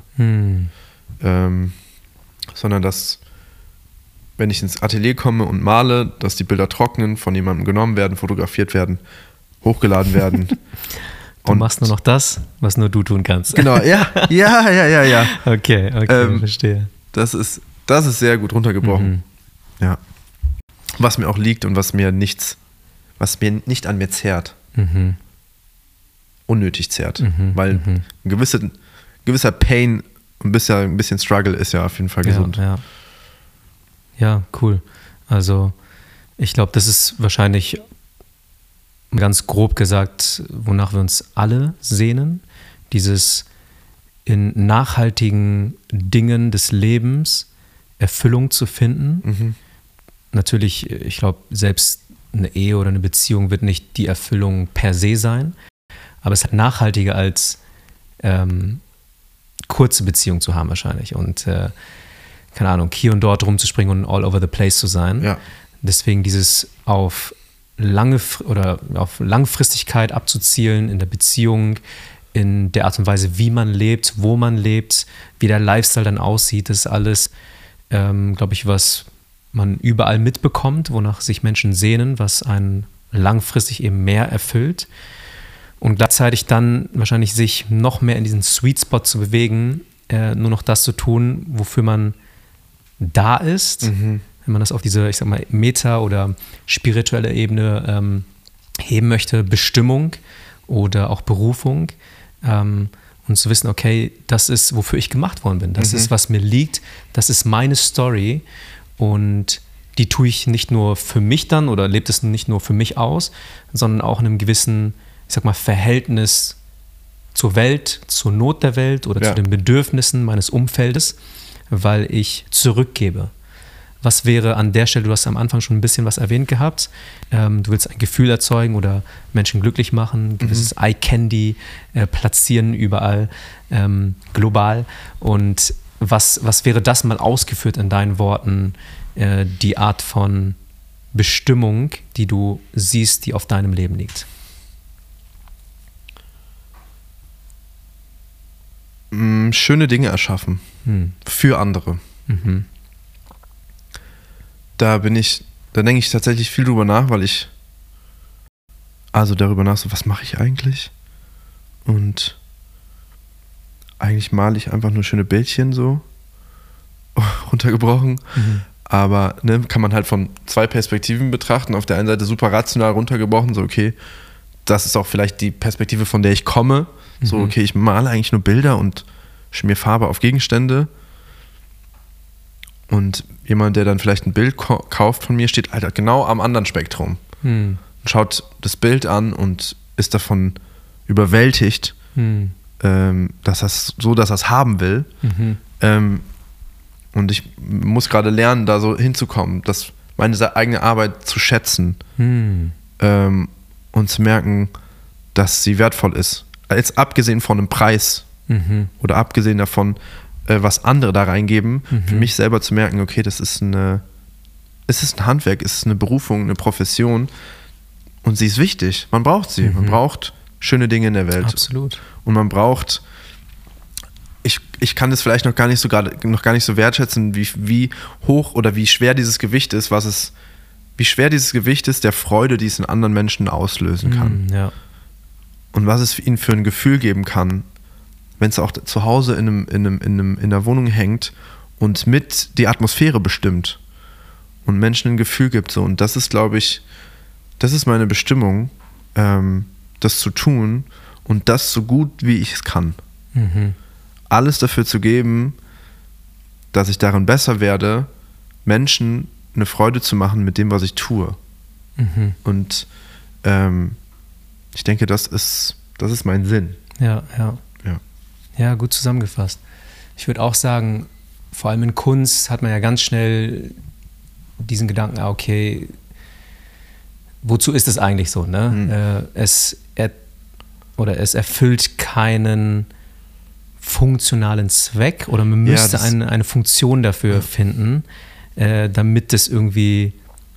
Sondern dass, wenn ich ins Atelier komme und male, dass die Bilder trocknen, von jemandem genommen werden, fotografiert werden, hochgeladen werden. Du machst nur noch das, was nur du tun kannst. Genau, ja. Okay, verstehe. Das ist sehr gut runtergebrochen. Ja. Was mir auch liegt und was mir nicht an mir zehrt. unnötig zehrt. Weil ein gewisser Pain, ein bisschen Struggle ist ja auf jeden Fall gesund. Ja, cool. Also ich glaube, das ist wahrscheinlich ganz grob gesagt, wonach wir uns alle sehnen. Dieses in nachhaltigen Dingen des Lebens Erfüllung zu finden. Natürlich, ich glaube, selbst eine Ehe oder eine Beziehung wird nicht die Erfüllung per se sein, aber es ist nachhaltiger als kurze Beziehung zu haben wahrscheinlich und keine Ahnung, hier und dort rumzuspringen und all over the place zu sein. Ja. Deswegen dieses auf Langfristigkeit abzuzielen in der Beziehung, in der Art und Weise, wie man lebt, wo man lebt, wie der Lifestyle dann aussieht, das ist alles, glaube ich, was man überall mitbekommt, wonach sich Menschen sehnen, was einen langfristig eben mehr erfüllt und gleichzeitig dann wahrscheinlich sich noch mehr in diesen Sweet Spot zu bewegen, nur noch das zu tun, wofür man da ist, wenn man das auf diese, ich sag mal, Meta- oder spirituelle Ebene heben möchte, Bestimmung oder auch Berufung, und zu wissen, okay, das ist, wofür ich gemacht worden bin. Das ist, was mir liegt. Das ist meine Story. Und die tue ich nicht nur für mich dann oder lebt es nicht nur für mich aus, sondern auch in einem gewissen, ich sag mal, Verhältnis zur Welt, zur Not der Welt oder zu den Bedürfnissen meines Umfeldes, weil ich zurückgebe. Was wäre an der Stelle, du hast am Anfang schon ein bisschen was erwähnt gehabt, du willst ein Gefühl erzeugen oder Menschen glücklich machen, gewisses Eye-Candy platzieren überall, global. Und was wäre das mal ausgeführt in deinen Worten, die Art von Bestimmung, die du siehst, die auf deinem Leben liegt? Schöne Dinge erschaffen für andere. Da denke ich tatsächlich viel drüber nach, weil ich darüber nach, so was mache ich eigentlich? Und eigentlich male ich einfach nur schöne Bildchen so runtergebrochen. Aber kann man halt von zwei Perspektiven betrachten. Auf der einen Seite super rational runtergebrochen, so okay, das ist auch vielleicht die Perspektive, von der ich komme. So okay, ich male eigentlich nur Bilder und schmier Farbe auf Gegenstände. Und jemand, der dann vielleicht ein Bild kauft von mir, steht genau am anderen Spektrum. Und schaut das Bild an und ist davon überwältigt, dass er es haben will. Und ich muss gerade lernen, da so hinzukommen, meine eigene Arbeit zu schätzen und zu merken, dass sie wertvoll ist. Jetzt abgesehen von einem Preis oder abgesehen davon, was andere da reingeben, für mich selber zu merken, okay, es ist ein Handwerk, es ist eine Berufung, eine Profession und sie ist wichtig. Man braucht sie. Man braucht schöne Dinge in der Welt. Absolut. Und man braucht, ich kann das vielleicht noch gar nicht so wertschätzen, wie hoch oder wie schwer dieses Gewicht ist, wie schwer dieses Gewicht ist, der Freude, die es in anderen Menschen auslösen kann. Ja. Und was es ihnen für ein Gefühl geben kann, wenn es auch zu Hause in der Wohnung hängt und mit die Atmosphäre bestimmt und Menschen ein Gefühl gibt. So. Und das ist, glaube ich, das ist meine Bestimmung, das zu tun und das so gut, wie ich es kann. Alles dafür zu geben, dass ich darin besser werde, Menschen eine Freude zu machen mit dem, was ich tue. Und ich denke, das ist mein Sinn. Ja, gut zusammengefasst. Ich würde auch sagen, vor allem in Kunst hat man ja ganz schnell diesen Gedanken, okay, wozu ist es eigentlich so? Ne? Es erfüllt keinen funktionalen Zweck oder man müsste eine Funktion dafür finden, damit es irgendwie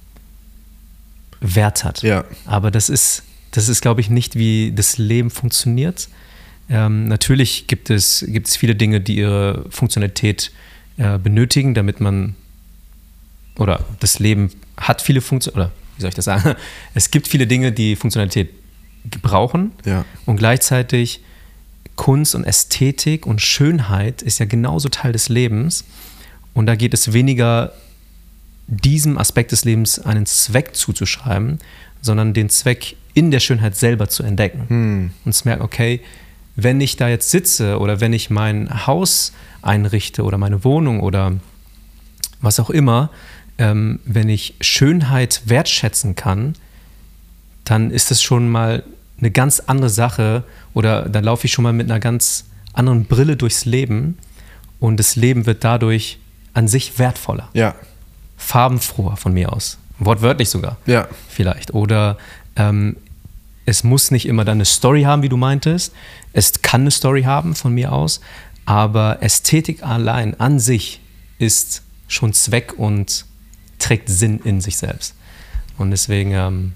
Wert hat. Ja. Aber das ist, glaube ich, nicht, wie das Leben funktioniert. Natürlich gibt es viele Dinge, die ihre Funktionalität benötigen, damit man, oder das Leben hat viele Funktionen, oder wie soll ich das sagen? Es gibt viele Dinge, die Funktionalität brauchen, und gleichzeitig Kunst und Ästhetik und Schönheit ist ja genauso Teil des Lebens, und da geht es weniger diesem Aspekt des Lebens einen Zweck zuzuschreiben, sondern den Zweck in der Schönheit selber zu entdecken. Und zu merken, okay, wenn ich da jetzt sitze oder wenn ich mein Haus einrichte oder meine Wohnung oder was auch immer, wenn ich Schönheit wertschätzen kann, dann ist das schon mal eine ganz andere Sache oder dann laufe ich schon mal mit einer ganz anderen Brille durchs Leben und das Leben wird dadurch an sich wertvoller. Ja. Farbenfroher von mir aus. Wortwörtlich sogar. Ja. Vielleicht. Oder es muss nicht immer dann eine Story haben, wie du meintest. Es kann eine Story haben von mir aus, aber Ästhetik allein an sich ist schon Zweck und trägt Sinn in sich selbst. Und deswegen,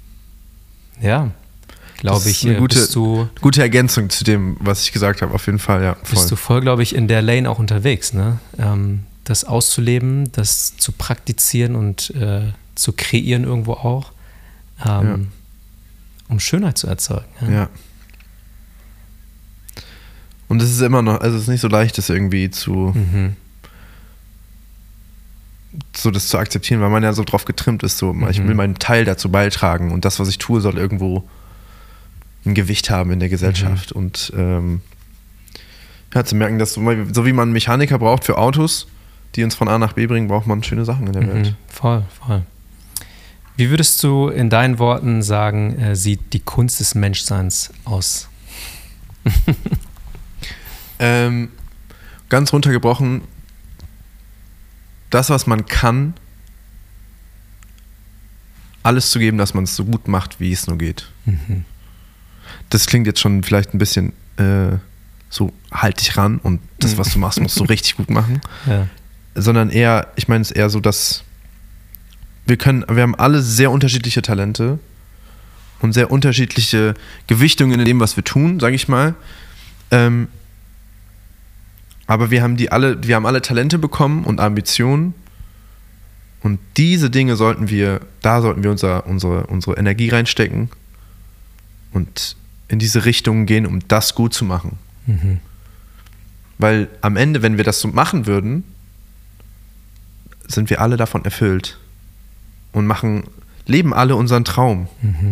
glaube ich, eine bist du gute Ergänzung zu dem, was ich gesagt habe, auf jeden Fall, ja. Voll. Bist du voll, glaube ich, in der Lane auch unterwegs, ne? Das auszuleben, das zu praktizieren und zu kreieren irgendwo auch, um Schönheit zu erzeugen. Ja. Und es ist immer noch, also es ist nicht so leicht, das irgendwie das zu akzeptieren, weil man ja so drauf getrimmt ist, so ich will meinen Teil dazu beitragen und das, was ich tue, soll irgendwo ein Gewicht haben in der Gesellschaft. Und zu merken, dass so wie man einen Mechaniker braucht für Autos, die uns von A nach B bringen, braucht man schöne Sachen in der Welt. Voll. Wie würdest du in deinen Worten sagen, sieht die Kunst des Menschseins aus? Ganz runtergebrochen, das, was man kann, alles zu geben, dass man es so gut macht, wie es nur geht. Das klingt jetzt schon vielleicht ein bisschen so, halt dich ran und das, was du machst, musst du richtig gut machen. Ja. Sondern eher, ich meine es eher so, dass wir haben alle sehr unterschiedliche Talente und sehr unterschiedliche Gewichtungen in dem, was wir tun, sage ich mal. Aber wir haben alle Talente bekommen und Ambitionen und diese Dinge sollten wir unsere Energie reinstecken und in diese Richtung gehen, um das gut zu machen. Weil am Ende, wenn wir das so machen würden, sind wir alle davon erfüllt und leben alle unseren Traum.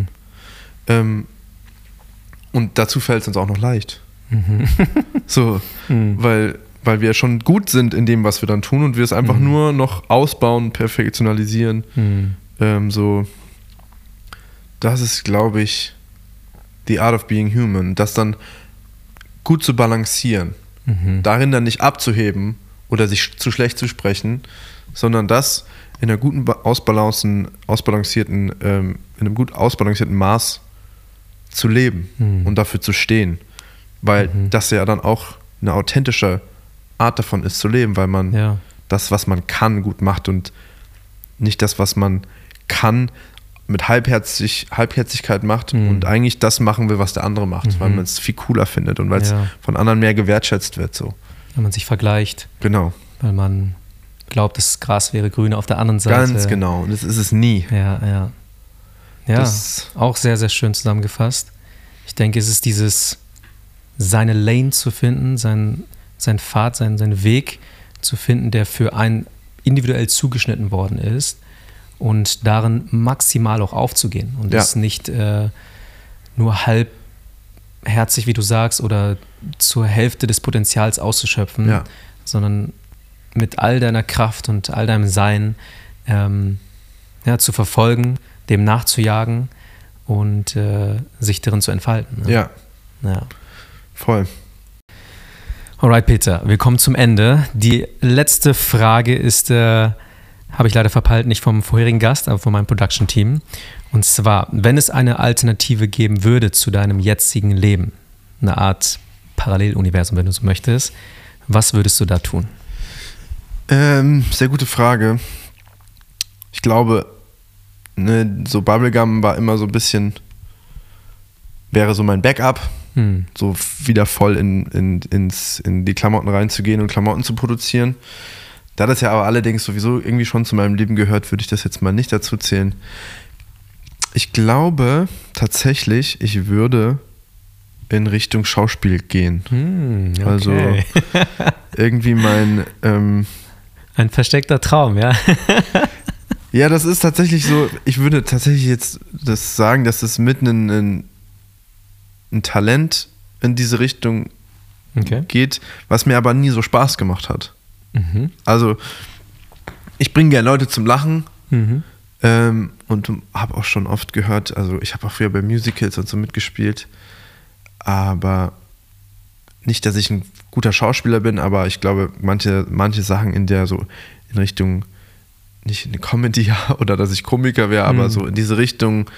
Und dazu fällt es uns auch noch leicht. So, weil wir schon gut sind in dem, was wir dann tun und wir es einfach nur noch ausbauen, perfektionalisieren. So, das ist, glaube ich, the art of being human, das dann gut zu balancieren, darin dann nicht abzuheben oder sich zu schlecht zu sprechen, sondern das in einer guten in einem gut ausbalancierten Maß zu leben und dafür zu stehen. Weil das ja dann auch eine authentische Art davon ist zu leben, weil man das, was man kann, gut macht und nicht das, was man kann, mit Halbherzigkeit macht und eigentlich das machen will, was der andere macht, weil man es viel cooler findet und weil es von anderen mehr gewertschätzt wird. So. Wenn man sich vergleicht. Genau. Weil man glaubt, das Gras wäre grün auf der anderen Seite. Ganz genau, und das ist es nie. Ja, auch sehr, sehr schön zusammengefasst. Ich denke, es ist dieses, seine Lane zu finden, sein Pfad, sein Weg zu finden, der für einen individuell zugeschnitten worden ist und darin maximal auch aufzugehen und es nicht nur halbherzig, wie du sagst, oder zur Hälfte des Potenzials auszuschöpfen, sondern mit all deiner Kraft und all deinem Sein zu verfolgen, dem nachzujagen und sich darin zu entfalten. Ne? Ja. Voll. Alright, Peter, wir kommen zum Ende. Die letzte Frage ist, habe ich leider verpeilt, nicht vom vorherigen Gast, aber von meinem Production-Team. Und zwar, wenn es eine Alternative geben würde zu deinem jetzigen Leben, eine Art Paralleluniversum, wenn du so möchtest, was würdest du da tun? Sehr gute Frage. Ich glaube, so Bubblegum war immer so ein bisschen, wäre so mein Backup, so wieder voll in die Klamotten reinzugehen und Klamotten zu produzieren. Da das ja aber allerdings sowieso irgendwie schon zu meinem Leben gehört, würde ich das jetzt mal nicht dazu zählen. Ich glaube tatsächlich, ich würde in Richtung Schauspiel gehen. Okay. Also irgendwie ein versteckter Traum, ja. Ja, das ist tatsächlich so, ich würde tatsächlich jetzt das sagen, dass es mit ein Talent in diese Richtung geht, was mir aber nie so Spaß gemacht hat. Mhm. Also, ich bringe gerne Leute zum Lachen und habe auch schon oft gehört, also ich habe auch früher bei Musicals und so mitgespielt, aber nicht, dass ich ein guter Schauspieler bin, aber ich glaube, manche Sachen in der so in Richtung, nicht eine Comedy oder dass ich Komiker wäre, aber so in diese Richtung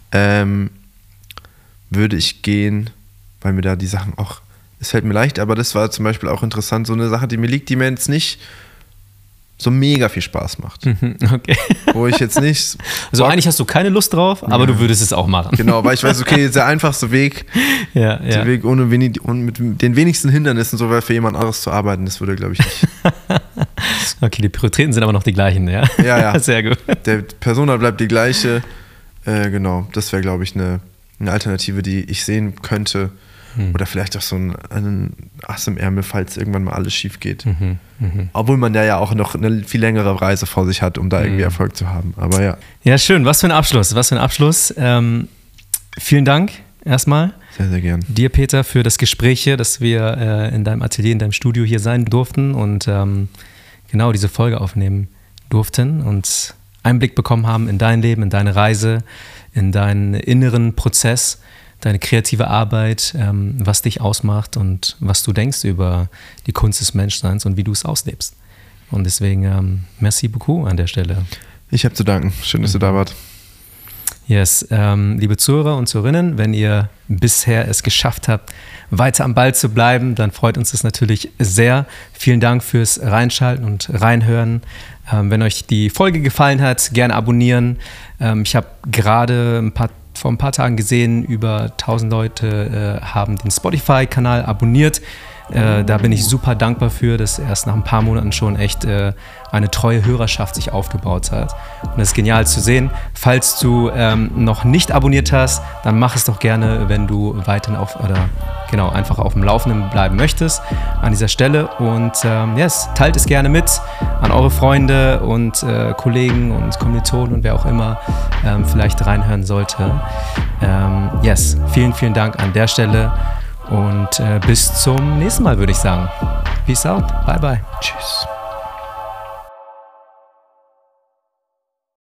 würde ich gehen, weil mir da die Sachen auch, es fällt mir leicht, aber das war zum Beispiel auch interessant, so eine Sache, die mir liegt, die mir jetzt nicht so mega viel Spaß macht. Okay. Wo ich jetzt nicht... Also eigentlich hast du keine Lust drauf, aber du würdest es auch machen. Genau, weil ich weiß, okay, der einfachste Weg, der Weg und mit den wenigsten Hindernissen, so für jemand anderes zu arbeiten, das würde, glaube ich, nicht. Okay, die Prioritäten sind aber noch die gleichen, ja? Ja. Sehr gut. Der Persona bleibt die gleiche. Genau, das wäre, glaube ich, eine Alternative, die ich sehen könnte. Oder vielleicht auch so einen Ass im Ärmel, falls irgendwann mal alles schief geht. Obwohl man ja auch noch eine viel längere Reise vor sich hat, um da irgendwie Erfolg zu haben. Aber ja. Ja, schön. Was für ein Abschluss. Vielen Dank erstmal. Sehr, sehr gern. Dir, Peter, für das Gespräch hier, dass wir in deinem Atelier, in deinem Studio hier sein durften und genau diese Folge aufnehmen durften und Einblick bekommen haben in dein Leben, in deine Reise, in deinen inneren Prozess, deine kreative Arbeit, was dich ausmacht und was du denkst über die Kunst des Menschseins und wie du es auslebst. Und deswegen merci beaucoup an der Stelle. Ich habe zu danken. Schön, dass du da wart. Yes, liebe Zuhörer und Zuhörerinnen, wenn ihr bisher es geschafft habt, weiter am Ball zu bleiben, dann freut uns das natürlich sehr. Vielen Dank fürs Reinschalten und Reinhören. Wenn euch die Folge gefallen hat, gerne abonnieren. Ich habe gerade vor ein paar Tagen gesehen, über 1000 Leute haben den Spotify-Kanal abonniert. Da bin ich super dankbar für, dass erst nach ein paar Monaten schon echt eine treue Hörerschaft sich aufgebaut hat. Und das ist genial zu sehen. Falls du noch nicht abonniert hast, dann mach es doch gerne, wenn du weiterhin einfach auf dem Laufenden bleiben möchtest an dieser Stelle. Und teilt es gerne mit an eure Freunde und Kollegen und Kommilitonen und wer auch immer vielleicht reinhören sollte. Vielen, vielen Dank an der Stelle. Und bis zum nächsten Mal, würde ich sagen. Peace out. Bye, bye. Tschüss.